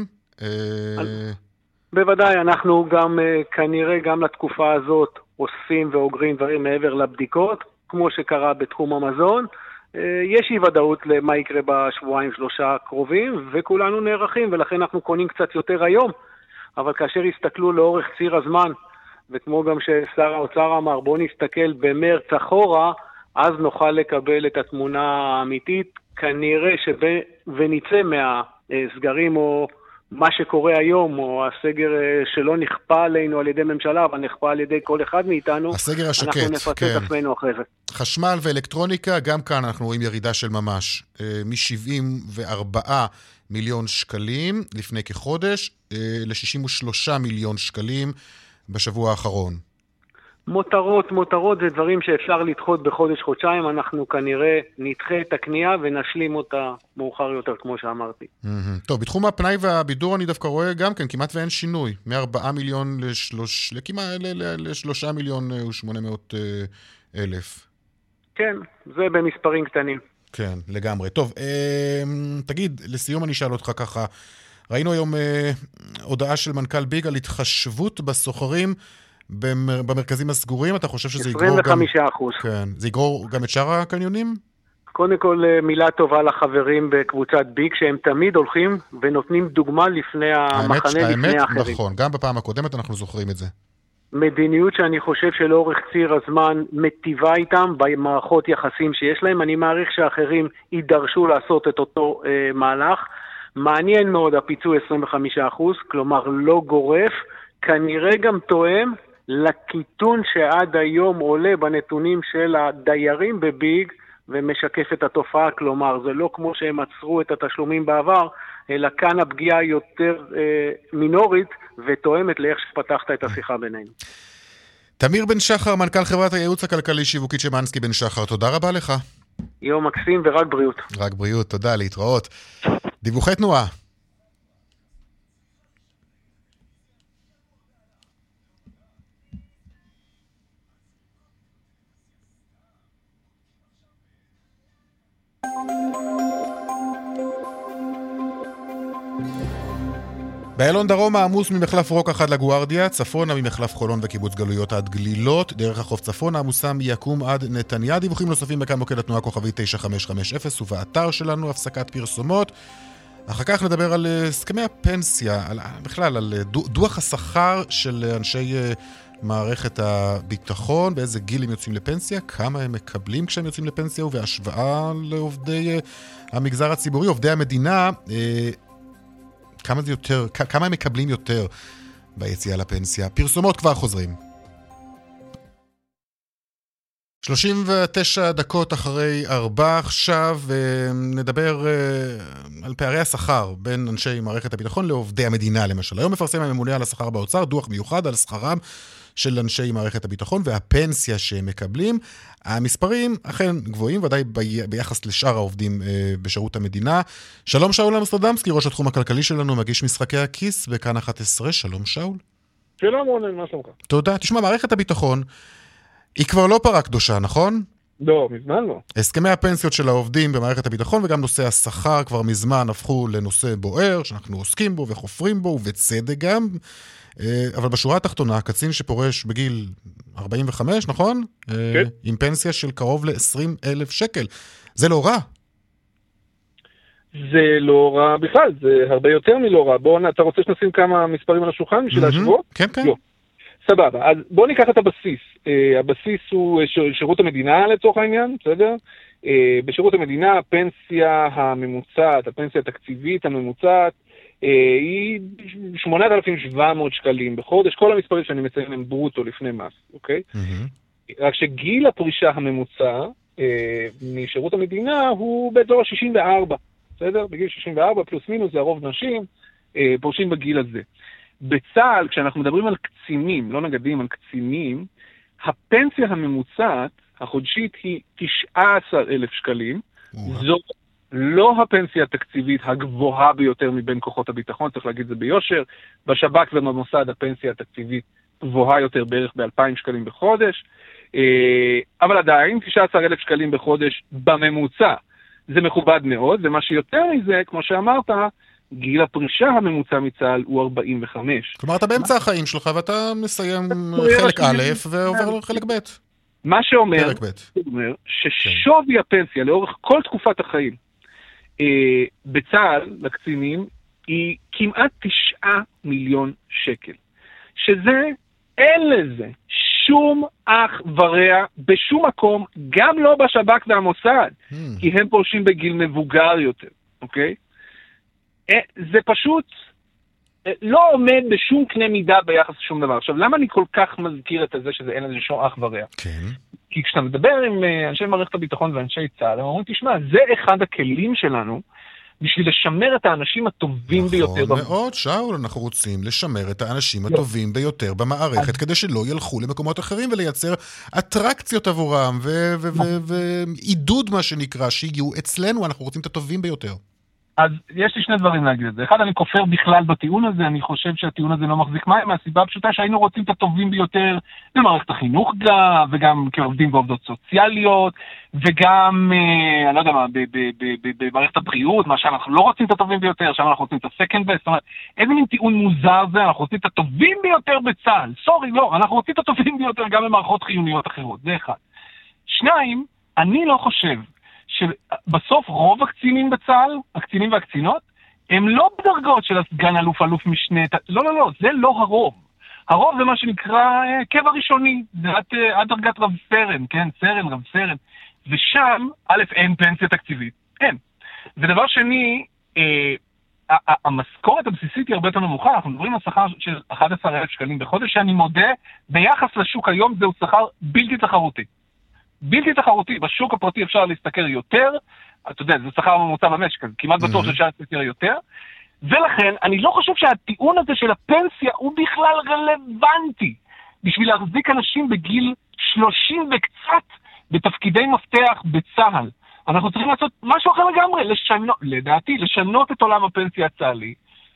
בוודאי, אנחנו גם, כנראה גם לתקופה הזאת, אוספים ואוגרים דברים מעבר לבדיקות, כמו שקרה בתחום המזון. יש אי ודאות למה יקרה בשבועיים שלושה קרובים, וכולנו נערכים, ולכן אנחנו קונים קצת יותר היום. אבל כאשר יסתכלו לאורך ציר הזמן, וכמו גם ששר האוצר אמר, בואו נסתכל במרץ אחורה, אז נוכל לקבל את התמונה האמיתית. כנראה ונצא מהסגרים או מה שקורה היום, או הסגר שלא נכפה עלינו על ידי ממשלה, אבל נכפה על ידי כל אחד מאיתנו, הסגר השקט, אנחנו נפצה כן. את עצמנו אחרי זה. חשמל ואלקטרוניקה, גם כאן אנחנו רואים ירידה של ממש, מ-שבעים וארבעה מיליון שקלים לפני כחודש, ל-שישים ושלושה מיליון שקלים בשבוע האחרון. מותרות, מותרות זה דברים שאפשר לדחות בחודש, חודשיים, אנחנו כנראה נדחה את הקנייה ונשלים אותה מאוחר יותר, כמו שאמרתי. טוב, בתחום הפנאי והבידור אני דווקא רואה גם כן, כמעט ואין שינוי, מ-ארבעה מיליון לשלושה מיליון ושמונה מאות אלף. כן, זה במספרים קטנים. כן, לגמרי. טוב, תגיד, לסיום אני אשאל אותך ככה, ראינו היום הודעה של מנכ"ל ביג על התחשבות בסוחרים במרכזים הסגורים, אתה חושב שזה יגרור גם... עשרים וחמישה אחוז. כן. זה יגרור גם את שאר הקניונים? קודם כל, מילה טובה לחברים בקבוצת ביג, שהם תמיד הולכים ונותנים דוגמה לפני המחנה, לפני האחרים. האמת, נכון. גם בפעם הקודמת אנחנו זוכרים את זה. מדיניות שאני חושב שלאורך ציר הזמן מטיבה איתם במערכות יחסים שיש להם. אני מעריך שאחרים יידרשו לעשות את אותו אה, מהלך. מעניין מאוד הפיצוי עשרים וחמישה אחוז, כלומר לא גורף, כנראה גם תואם לקיטון שעד היום עולה בנתונים של הדיירים בביג ומשקף את התופעה, כלומר זה לא כמו שהם עצרו את התשלומים בעבר, אלא כאן הפגיעה יותר אה, מינורית ותואמת לאיך שפתחת את השיחה בינינו. תמיר בן שחר, מנכ"ל חברת הייעוץ הכלכלי שיווקית שמנסקי בן שחר, תודה רבה לך. יום מקסים ורק בריאות. רק בריאות, תודה, להתראות. דיווחי תנועה. באלון דרום העמוס ממחלף רוק אחד לגוארדיה, צפונה ממחלף חולון וקיבוץ גלויות עד גלילות, דרך החוף צפונה עמוסה מיקום עד נתניה. דיווחים נוספים בכאן מוקד התנועה כוכבי תשע חמש חמש אפס ובאתר שלנו הפסקת פרסומות. אחר כך נדבר על הסכמי הפנסיה, על, בכלל על דוח השכר של אנשי מערכת הביטחון, באיזה גיל הם יוצאים לפנסיה, כמה הם מקבלים כשהם יוצאים לפנסיה, ובהשוואה לעובדי המגזר הציבורי, עובדי המדינה, כמה זה יותר, כמה הם מקבלים יותר ביציאה לפנסיה. פרסומות כבר חוזרים. שלושים ותשע דקות אחרי ארבע, עכשיו נדבר על פערי השכר בין אנשי מערכת הביטחון לעובדי המדינה למשל. היום מפרסם הממונה על השכר באוצר דוח מיוחד על שכרם של אנשי מערכת הביטחון והפנסיה שהם מקבלים. המספרים אכן גבוהים, ודאי ביחס לשאר העובדים בשירות המדינה. שלום שאול אמסטרדמסקי, ראש התחום הכלכלי שלנו, מגיש משחקי הכיס בכאן אחת עשרה. שלום שאול. שלום רונן, מה שלומך? תודה. תשמע, מערכת הביטחון היא כבר לא פרה קדושה, נכון? לא, מזמן לא. הסכמי הפנסיות של העובדים במערכת הביטחון וגם נושא השכר כבר מזמן הפכו לנושא בוער, שאנחנו עוסקים בו וחופרים בו, ובצדק גם. אבל בשורה התחתונה, קצין שפורש בגיל ארבעים וחמש, נכון? כן. עם פנסיה של קרוב ל-עשרים אלף שקל. זה לא רע. זה לא רע בכלל, זה הרבה יותר מלא רע. בוא, אתה רוצה שנשים כמה מספרים על השולחן בשביל להשוות? כן, כן. לא. סבבה, אז בואו ניקח את הבסיס. Uh, הבסיס הוא ש- שירות המדינה לצורך העניין, בסדר? Uh, בשירות המדינה הפנסיה הממוצעת, הפנסיה התקציבית הממוצעת, uh, היא שמונת אלפים שבע מאות שקלים בחודש. כל המספרים שאני מציין הם ברוטו לפני מס, אוקיי? Mm-hmm. רק שגיל הפרישה הממוצע uh, משירות המדינה הוא באזור ה-שישים וארבע, בסדר? בגיל שישים וארבע פלוס מינוס זה הרוב נשים, uh, פורשים בגיל הזה. בצה"ל, כשאנחנו מדברים על קצינים, לא נגדים, על קצינים, הפנסיה הממוצעת החודשית היא תשעה עשר אלף שקלים, זו לא הפנסיה התקציבית הגבוהה ביותר מבין כוחות הביטחון, צריך להגיד זה ביושר, בשב"כ ובמוסד הפנסיה התקציבית גבוהה יותר בערך ב-אלפיים שקלים בחודש, אבל עדיין תשעה עשר אלף שקלים בחודש בממוצע, זה מכובד מאוד, ומה שיותר מזה, כמו שאמרת, גיל הפרישה הממוצע מצה"ל הוא ארבעים וחמש. כלומר, אתה באמצע החיים שלך ואתה מסיים חלק א' ועובר לחלק ב'. מה שאומר, אומר ששווי הפנסיה לאורך כל תקופת החיים אה, בצה"ל לקצינים היא כמעט תשעה מיליון שקל. שזה, אין לזה שום אח ורע בשום מקום, גם לא בשב"כ והמוסד, hmm. כי הם פורשים בגיל מבוגר יותר, אוקיי? אה, זה פשוט לא עומד בשום קנה מידה ביחס לשום דבר. עכשיו, למה אני כל כך מזכיר את זה שזה אין לזה שום אח ורע? כן. כי כשאתה מדבר עם אנשי מערכת הביטחון ואנשי צה"ל, הם אומרים, תשמע, זה אחד הכלים שלנו בשביל לשמר את האנשים הטובים נכון ביותר. נכון מאוד, שאול, אנחנו רוצים לשמר את האנשים הטובים ביותר במערכת, אז... כדי שלא ילכו למקומות אחרים ולייצר אטרקציות עבורם, ועידוד מה שנקרא, שיהיו אצלנו, אנחנו רוצים את הטובים ביותר. אז יש לי שני דברים להגיד את זה. אחד, אני כופר בכלל בטיעון הזה, אני חושב שהטיעון הזה לא מחזיק מים, מהסיבה הפשוטה שהיינו רוצים את הטובים ביותר במערכת החינוך גם, וגם כעובדים ועובדות סוציאליות, וגם, אני לא יודע מה, במערכת הבריאות, מה שאנחנו לא רוצים את הטובים ביותר, שם אנחנו רוצים את ה-second best, זאת אומרת, איזה מין טיעון מוזר זה, אנחנו רוצים את הטובים ביותר בצה"ל, סורי, לא, אנחנו רוצים את הטובים ביותר גם במערכות חיוניות אחרות, זה אחד. שניים, אני לא חושב שבסוף רוב הקצינים בצה"ל, הקצינים והקצינות, הם לא בדרגות של הסגן אלוף, אלוף משנה, לא, לא, לא, זה לא הרוב. הרוב זה מה שנקרא קבע ראשוני, זה עד, עד דרגת רב סרן, כן, סרן, רב סרן, ושם, א', אין פנסיה תקציבית, אין. ודבר שני, אה, המשכורת הבסיסית היא הרבה יותר נמוכה, אנחנו מדברים על שכר של אחד עשר אלף שקלים בחודש, שאני מודה, ביחס לשוק היום זהו שכר בלתי תחרותי. בלתי תחרותי, בשוק הפרטי אפשר להסתכל יותר, אתה יודע, זה שכר ממוצע במשק, כמעט בטוח שאפשר להסתכל יותר, ולכן אני לא חושב שהטיעון הזה של הפנסיה הוא בכלל רלוונטי, בשביל להחזיק אנשים בגיל שלושים וקצת בתפקידי מפתח בצה"ל. אנחנו צריכים לעשות משהו אחר לגמרי, לשנות, לדעתי, לשנות את עולם הפנסיה הצה"לי,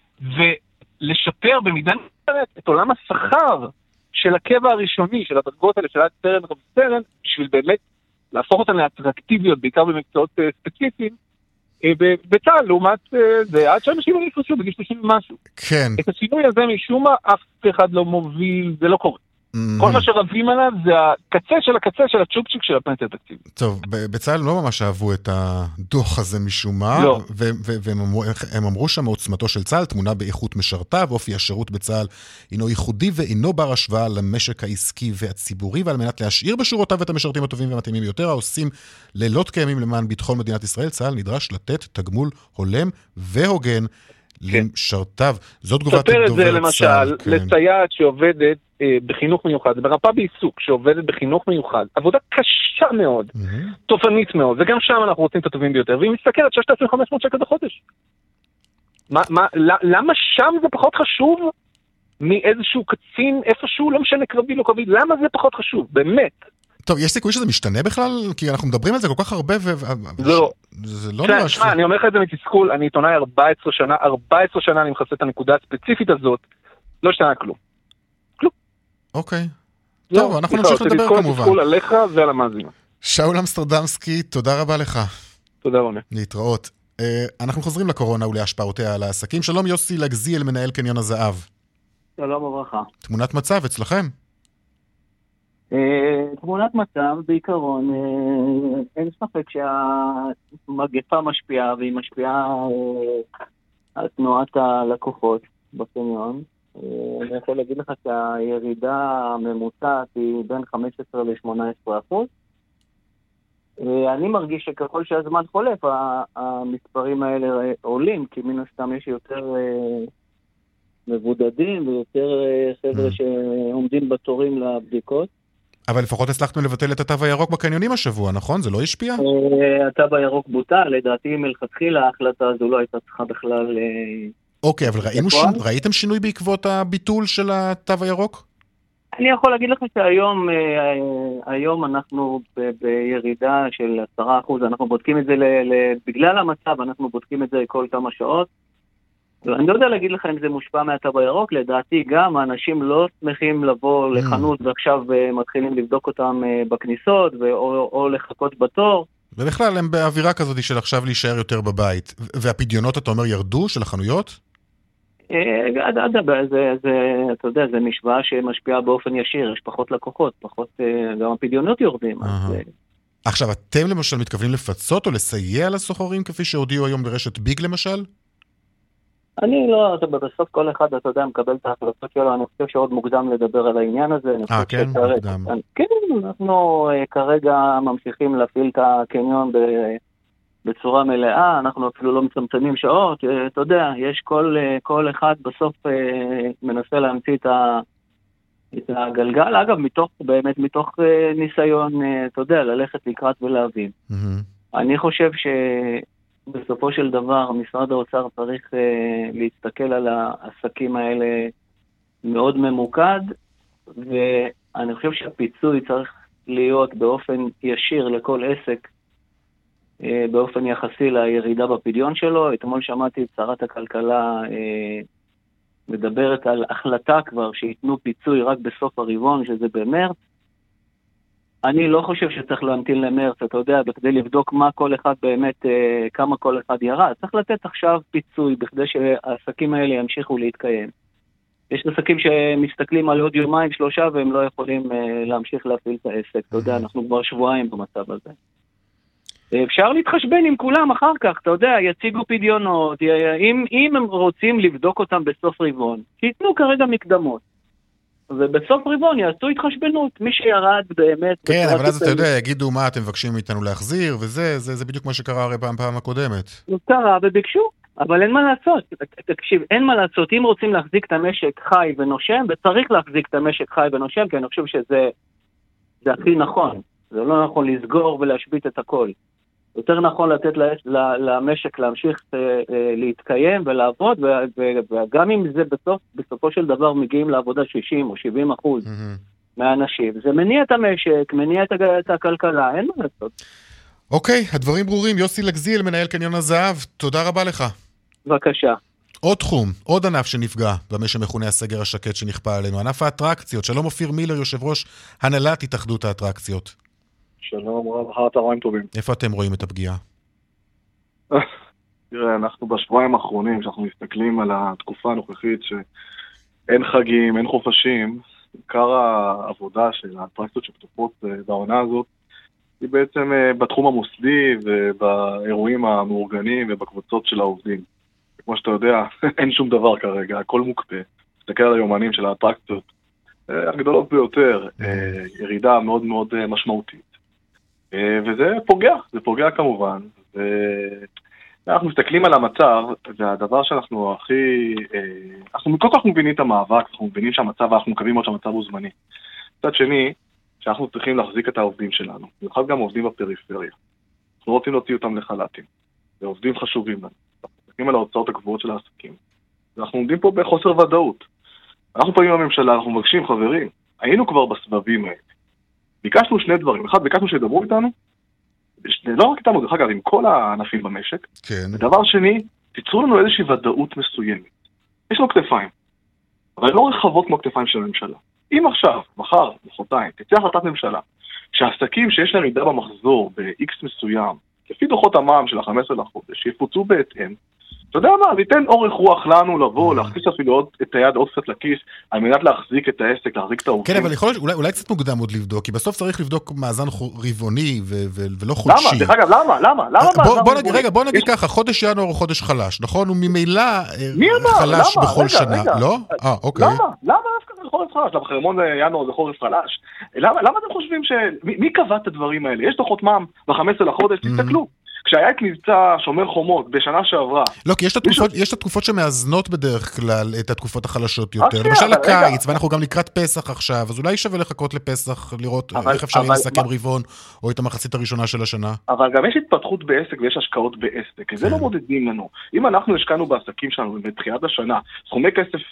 ולשפר במידה נפרדת את עולם השכר, של הקבע הראשוני, של הדרגות האלה, של עד סרן רב סרן, בשביל באמת להפוך אותן לאטרקטיביות, בעיקר במקצועות uh, ספציפיים, uh, בצה"ל, לעומת uh, זה, עד שאנשים לא יפרשו בגיל שלושים ומשהו. כן. את השינוי הזה משום מה אף אחד לא מוביל, זה לא קורה. Mm-hmm. כל מה שרבים עליו זה הקצה של הקצה של הצ'ופצ'יק של הפנסיה התקציבית. טוב, בצה"ל לא ממש אהבו את הדוח הזה משום מה, לא. והם אמרו, אמרו שם עוצמתו של צה"ל, תמונה באיכות משרתיו, אופי השירות בצה"ל אינו ייחודי ואינו בר השוואה למשק העסקי והציבורי, ועל מנת להשאיר בשורותיו את המשרתים הטובים והמתאימים יותר, העושים לילות קיימים למען ביטחון מדינת ישראל, צה"ל נדרש לתת תגמול הולם והוגן למשרתיו. זאת תגובת דובר צה"ל. ספר את זה למשל, לסייעת שעובדת בחינוך מיוחד, זה ברפאה בעיסוק שעובדת בחינוך מיוחד, עבודה קשה מאוד, תופנית מאוד, וגם שם אנחנו רוצים את הטובים ביותר, והיא מסתכלת ששת אלפים וחמש מאות שקל בחודש. מה, מה, למה שם זה פחות חשוב מאיזשהו קצין, איפשהו, לא משנה קרבי, לא קרבי, למה זה פחות חשוב? באמת. טוב, יש סיכוי שזה משתנה בכלל? כי אנחנו מדברים על זה כל כך הרבה ו... לא. זה לא נראה ש... אני אומר לך את זה מתסכול, אני עיתונאי ארבע עשרה שנה, ארבע עשרה שנה אני מחסה את הנקודה הספציפית הזאת, לא השתנה כלום. כלום. אוקיי. טוב, אנחנו נמשיך לדבר כמובן. תסכול עליך ועל המאזינים. שאול אמסטרדמסקי, תודה רבה לך. תודה רבה. להתראות. אנחנו חוזרים לקורונה ולהשפעותיה על העסקים. שלום יוסי לגזיאל, מנהל קניון הזהב. שלום וברכה. תמונת מצב אצלכם? תמונת מצב, בעיקרון, אין ספק שהמגפה משפיעה, והיא משפיעה על תנועת הלקוחות בקניון. אני יכול להגיד לך שהירידה הממוצעת היא בין חמש עשרה ל-שמונה עשרה אחוז. אני מרגיש שככל שהזמן חולף, המספרים האלה עולים, כי מן הסתם יש יותר מבודדים ויותר חבר'ה שעומדים בתורים לבדיקות. אבל לפחות הצלחתם לבטל את התו הירוק בקניונים השבוע, נכון? זה לא השפיע? התו הירוק בוטל, לדעתי מלכתחילה ההחלטה הזו לא הייתה צריכה בכלל... אוקיי, אבל ראינו, ראיתם שינוי בעקבות הביטול של התו הירוק? אני יכול להגיד לך שהיום היום אנחנו ב- בירידה של עשרה אחוז, אנחנו בודקים את זה, ל- ל- בגלל המצב, אנחנו בודקים את זה כל כמה שעות. אני לא יודע להגיד לך אם זה מושפע מהתו הירוק, לדעתי גם האנשים לא שמחים לבוא לחנות ועכשיו מתחילים לבדוק אותם בכניסות או, או לחכות בתור. ובכלל הם באווירה כזאת של עכשיו להישאר יותר בבית. והפדיונות, אתה אומר, ירדו של החנויות? אתה יודע, זה משוואה שמשפיעה באופן ישיר, יש פחות לקוחות, פחות, גם הפדיונות יורדים. עכשיו, אתם למשל מתכוונים לפצות או לסייע לסוחרים כפי שהודיעו היום ברשת ביג למשל? אני לא, בסוף כל אחד, אתה יודע, מקבל את ההחלטות שלו, אני חושב שעוד מוקדם לדבר על העניין הזה. אה, כן? מוקדם. כן, אנחנו כרגע ממשיכים להפעיל את הקניון בצורה מלאה, אנחנו אפילו לא מצמצמים שעות, אתה יודע, יש כל, כל אחד בסוף מנסה להמציא את, ה, את הגלגל, אגב, מתוך, באמת מתוך ניסיון, אתה יודע, ללכת לקראת ולהבין. Mm-hmm. אני חושב ש... בסופו של דבר, משרד האוצר צריך uh, להסתכל על העסקים האלה מאוד ממוקד, ואני חושב שהפיצוי צריך להיות באופן ישיר לכל עסק, uh, באופן יחסי לירידה בפדיון שלו. אתמול שמעתי את שרת הכלכלה uh, מדברת על החלטה כבר שיתנו פיצוי רק בסוף הרבעון, שזה במרץ. אני לא חושב שצריך להמתין למרץ, אתה יודע, בכדי לבדוק מה כל אחד באמת, כמה כל אחד ירד. צריך לתת עכשיו פיצוי בכדי שהעסקים האלה ימשיכו להתקיים. יש עסקים שמסתכלים על עוד יומיים, שלושה, והם לא יכולים להמשיך להפעיל את העסק. אתה יודע, אנחנו כבר שבועיים במצב הזה. אפשר להתחשבן עם כולם אחר כך, אתה יודע, יציגו פדיונות, אם, אם הם רוצים לבדוק אותם בסוף רבעון, שיתנו כרגע מקדמות. ובסוף רבעון יעשו התחשבנות, מי שירד באמת... כן, אבל אז אתה יודע, יגידו מה אתם מבקשים מאיתנו להחזיר, וזה, זה, זה בדיוק מה שקרה הרי פעם, פעם הקודמת. זה קרה וביקשו, אבל אין מה לעשות. תקשיב, אין מה לעשות, אם רוצים להחזיק את המשק חי ונושם, וצריך להחזיק את המשק חי ונושם, כי אני חושב שזה זה הכי נכון. זה לא נכון לסגור ולהשבית את הכל. יותר נכון לתת למשק להמשיך להתקיים ולעבוד, וגם אם זה בסוף, בסופו של דבר מגיעים לעבודה שישים או שבעים אחוז מהאנשים. זה מניע את המשק, מניע את הכלכלה, אין מה לעשות. אוקיי, הדברים ברורים. יוסי לגזיאל, מנהל קניון הזהב, תודה רבה לך. בבקשה. עוד תחום, עוד ענף שנפגע במה שמכונה הסגר השקט שנכפה עלינו, ענף האטרקציות. שלום אופיר מילר, יושב ראש הנהלת התאחדות האטרקציות. שלום רב, אחר צהריים טובים. איפה אתם רואים את הפגיעה? תראה, אנחנו בשבועיים האחרונים, שאנחנו מסתכלים על התקופה הנוכחית שאין חגים, אין חופשים, עיקר העבודה של האטרקציות שפתוחות בעונה הזאת, היא בעצם בתחום המוסדי ובאירועים המאורגנים ובקבוצות של העובדים. כמו שאתה יודע, אין שום דבר כרגע, הכל מוקפא. תסתכל על היומנים של האטרקציות הגדולות ביותר, ירידה מאוד מאוד משמעותית. וזה פוגע, זה פוגע כמובן. ואנחנו מסתכלים על המצב, והדבר שאנחנו הכי... אנחנו כל כך מבינים את המאבק, אנחנו מבינים שהמצב, אנחנו מקווים מאוד שהמצב הוא זמני. מצד שני, שאנחנו צריכים להחזיק את העובדים שלנו, במיוחד גם עובדים בפריפריה. אנחנו רוצים להוציא אותם לחל"תים, ועובדים חשובים לנו. אנחנו מסתכלים על ההוצאות הגבוהות של העסקים. ואנחנו עומדים פה בחוסר ודאות. אנחנו פונים לממשלה, אנחנו מבקשים, חברים, היינו כבר בסבבים האלה. ביקשנו שני דברים. אחד, ביקשנו שידברו איתנו, לא רק איתנו, דרך אגב, עם כל הענפים במשק. כן. ודבר שני, תיצרו לנו איזושהי ודאות מסוימת. יש לנו כתפיים, אבל לא רחבות כמו הכתפיים של הממשלה. אם עכשיו, מחר, מחרתיים, תצא החלטת ממשלה, שהעסקים שיש להם ירידה במחזור ב-X מסוים, לפי דוחות המע"מ של ה-חמישה עשר לחודש, שיפוצו בהתאם, אתה יודע מה, זה ייתן אורך רוח לנו לבוא, להכניס אפילו עוד את היד עוד קצת לכיס, על מנת להחזיק את העסק, להחזיק את העובדים. כן, אבל יכול להיות, אולי, אולי קצת מוקדם עוד לבדוק, כי בסוף צריך לבדוק מאזן רבעוני ו- ו- ולא חודשי. למה? דרך אגב, למה? למה? למה בוא, בוא נגיד, רגע, בוא נגיד ככה, חודש ינואר הוא חודש חלש, נכון? הוא ממילא חלש למה? בכל רגע, שנה, רגע. לא? אה, אוקיי. למה? למה דווקא זה חורף חלש? למה חרמון ינואר זה חורף חלש? למה, למה אתם חושבים ש... מי, מי קבע את הדברים האלה? יש דוחות מע"מ ב-חמישה עשר לחודש, תסתכלו. כשהיה את מבצע שומר חומות בשנה שעברה... לא, כי יש את התקופות, יש את התקופות שמאזנות בדרך כלל את התקופות החלשות יותר. למשל הקיץ, ואנחנו גם לקראת פסח עכשיו, אז אולי שווה לחכות לפסח, לראות איך אפשר לסכם רבעון, או את המחצית הראשונה של השנה. אבל גם יש התפתחות בעסק ויש השקעות בעסק, זה לא מודדים לנו. אם אנחנו השקענו בעסקים שלנו בתחילת השנה, סכומי כסף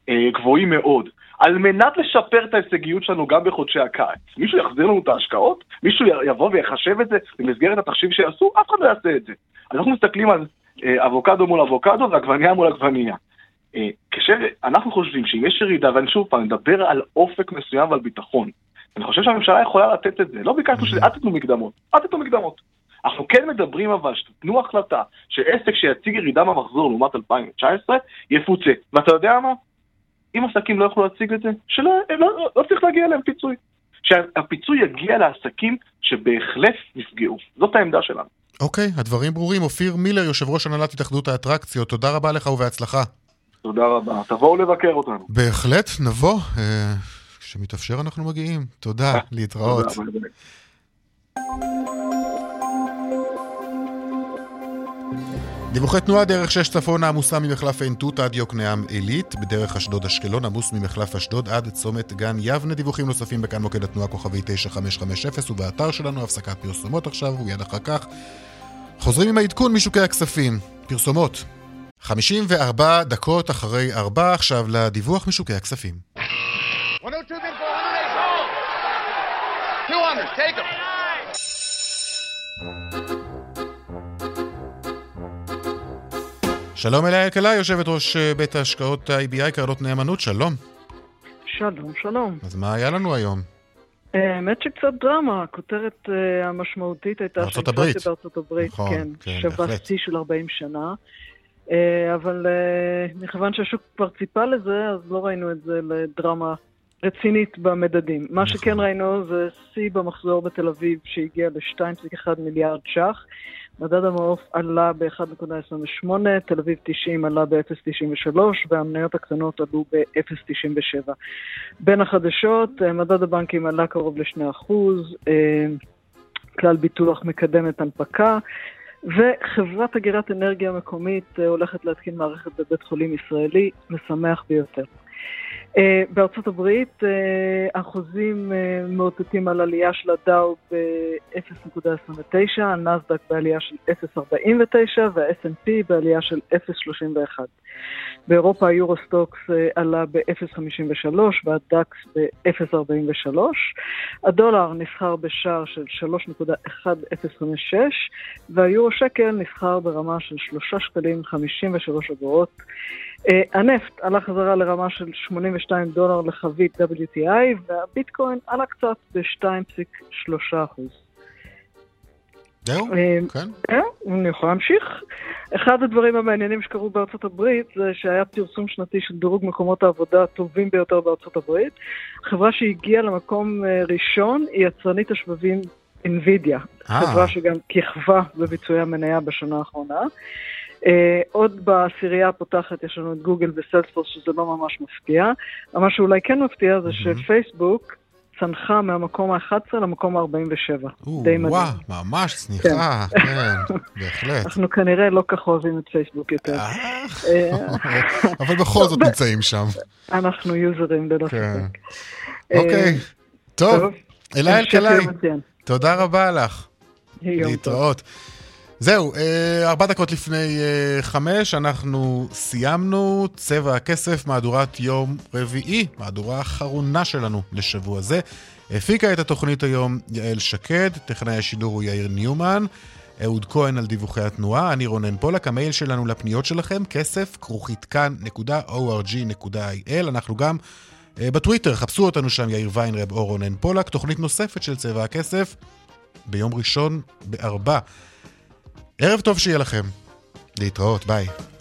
גבוהים מאוד. על מנת לשפר את ההישגיות שלנו גם בחודשי הקיץ. מישהו יחזיר לנו את ההשקעות? מישהו יבוא ויחשב את זה במסגרת התחשיב שיעשו? אף אחד לא יעשה את זה. אז אנחנו מסתכלים על אבוקדו מול אבוקדו ועגבניה מול עגבניה. כשאנחנו חושבים שאם יש ירידה, ואני שוב פעם, נדבר על אופק מסוים ועל ביטחון, אני חושב שהממשלה יכולה לתת את זה. לא ביקשנו שזה, אל תתנו מקדמות. אל תתנו מקדמות. אנחנו כן מדברים אבל שתתנו החלטה שעסק שיציג ירידה במחזור לעומת אלפיים תשע עשרה יפוצה. ואתה יודע מה? אם עסקים לא יכולו להציג את זה, שלא, לא, לא, לא צריך להגיע אליהם פיצוי. שהפיצוי יגיע לעסקים שבהחלט נפגעו. זאת העמדה שלנו. אוקיי, הדברים ברורים. אופיר מילר, יושב ראש הנהלת התאחדות האטרקציות, תודה רבה לך ובהצלחה. תודה רבה. תבואו לבקר אותנו. בהחלט, נבוא. כשמתאפשר אנחנו מגיעים. תודה, להתראות. תודה, דיווחי תנועה דרך שש צפון עמוסה ממחלף עין תות עד יוקנעם עילית, בדרך אשדוד אשקלון עמוס ממחלף אשדוד עד צומת גן יבנה. דיווחים נוספים בכאן מוקד התנועה כוכבי תשע חמש חמש אפס ובאתר שלנו. הפסקת פרסומות עכשיו ומיד אחר כך חוזרים עם העדכון משוקי הכספים. פרסומות חמישים וארבע דקות אחרי ארבע. עכשיו לדיווח משוקי הכספים. שלום אליה אלקלה, יושבת ראש בית ההשקעות איי בי איי, קרנות נאמנות, שלום. שלום, שלום. אז מה היה לנו היום? האמת שקצת דרמה, הכותרת המשמעותית הייתה בארצות הברית. בארצות הברית, נכון, כן, כן, שווה בהחלט. שיא של ארבעים שנה, אבל מכיוון שהשוק כבר ציפה לזה, אז לא ראינו את זה לדרמה רצינית במדדים. מה שכן ראינו זה שיא במחזור בתל אביב שהגיע ל-שתיים נקודה אחת מיליארד ש"ח, מדד המעוף עלה ב-אחת נקודה עשרים ושמונה, תל אביב תשעים עלה ב-אפס נקודה תשעים ושלוש, והמניות הקטנות עלו ב-אפס נקודה תשעים ושבע. בין החדשות, מדד הבנקים עלה קרוב ל-שני אחוז, כלל ביטוח מקדמת הנפקה, וחברת אגירת אנרגיה מקומית הולכת להתקין מערכת בבית חולים ישראלי, משמח ביותר. בארצות הברית אחוזים מאותתים על עלייה של הדאו ב-אפס נקודה עשרים ותשע, הנסדק בעלייה של אפס נקודה ארבעים ותשע וה-אס אנד פי בעלייה של אפס נקודה שלושים ואחת. באירופה היורוסטוקס עלה ב-אפס נקודה חמישים ושלוש והדקס ב-אפס נקודה ארבעים ושלוש. הדולר נסחר בשער של שלוש נקודה אחת אפס חמש שש והיורו שקל נסחר ברמה של שלושה שקלים חמישים ושלוש אגורות. Uh, הנפט עלה חזרה לרמה של שמונים ושתיים דולר לחבית דאבליו טי איי, והביטקוין עלה קצת ב-שתיים נקודה שלושה אחוז. זהו? Uh, כן. כן, אני יכול להמשיך. אחד הדברים המעניינים שקרו בארצות הברית זה שהיה פרסום שנתי של דירוג מקומות העבודה הטובים ביותר בארצות הברית. חברה שהגיעה למקום uh, ראשון היא יצרנית השבבים אינווידיה, Ah. חברה שגם כיכבה בביצועי המניה בשנה האחרונה. Uh, עוד בעשירייה הפותחת יש לנו את גוגל וסיילספורס שזה לא ממש מפתיע. מה שאולי כן מפתיע זה שפייסבוק צנחה מהמקום ה-אחד עשר למקום ה-ארבעים ושבע. די מדהים. וואו, ממש צניחה, כן, בהחלט. אנחנו כנראה לא כך אוהבים את פייסבוק יותר. אבל בכל זאת נמצאים שם. אנחנו יוזרים ללא ספק. אוקיי, טוב. אלה אלקלעי, תודה רבה לך. להתראות. זהו, ארבע דקות לפני חמש, אנחנו סיימנו צבע הכסף, מהדורת יום רביעי, מהדורה האחרונה שלנו לשבוע זה. הפיקה את התוכנית היום יעל שקד, טכנאי השידור הוא יאיר ניומן, אהוד כהן על דיווחי התנועה, אני רונן פולק, המייל שלנו לפניות שלכם, כסף, כרוכית כאן נקודה או אר ג'י נקודה איי אל, אנחנו גם בטוויטר, חפשו אותנו שם יאיר ויינרב או רונן פולק, תוכנית נוספת של צבע הכסף, ביום ראשון בארבע. ערב טוב שיהיה לכם. להתראות, ביי.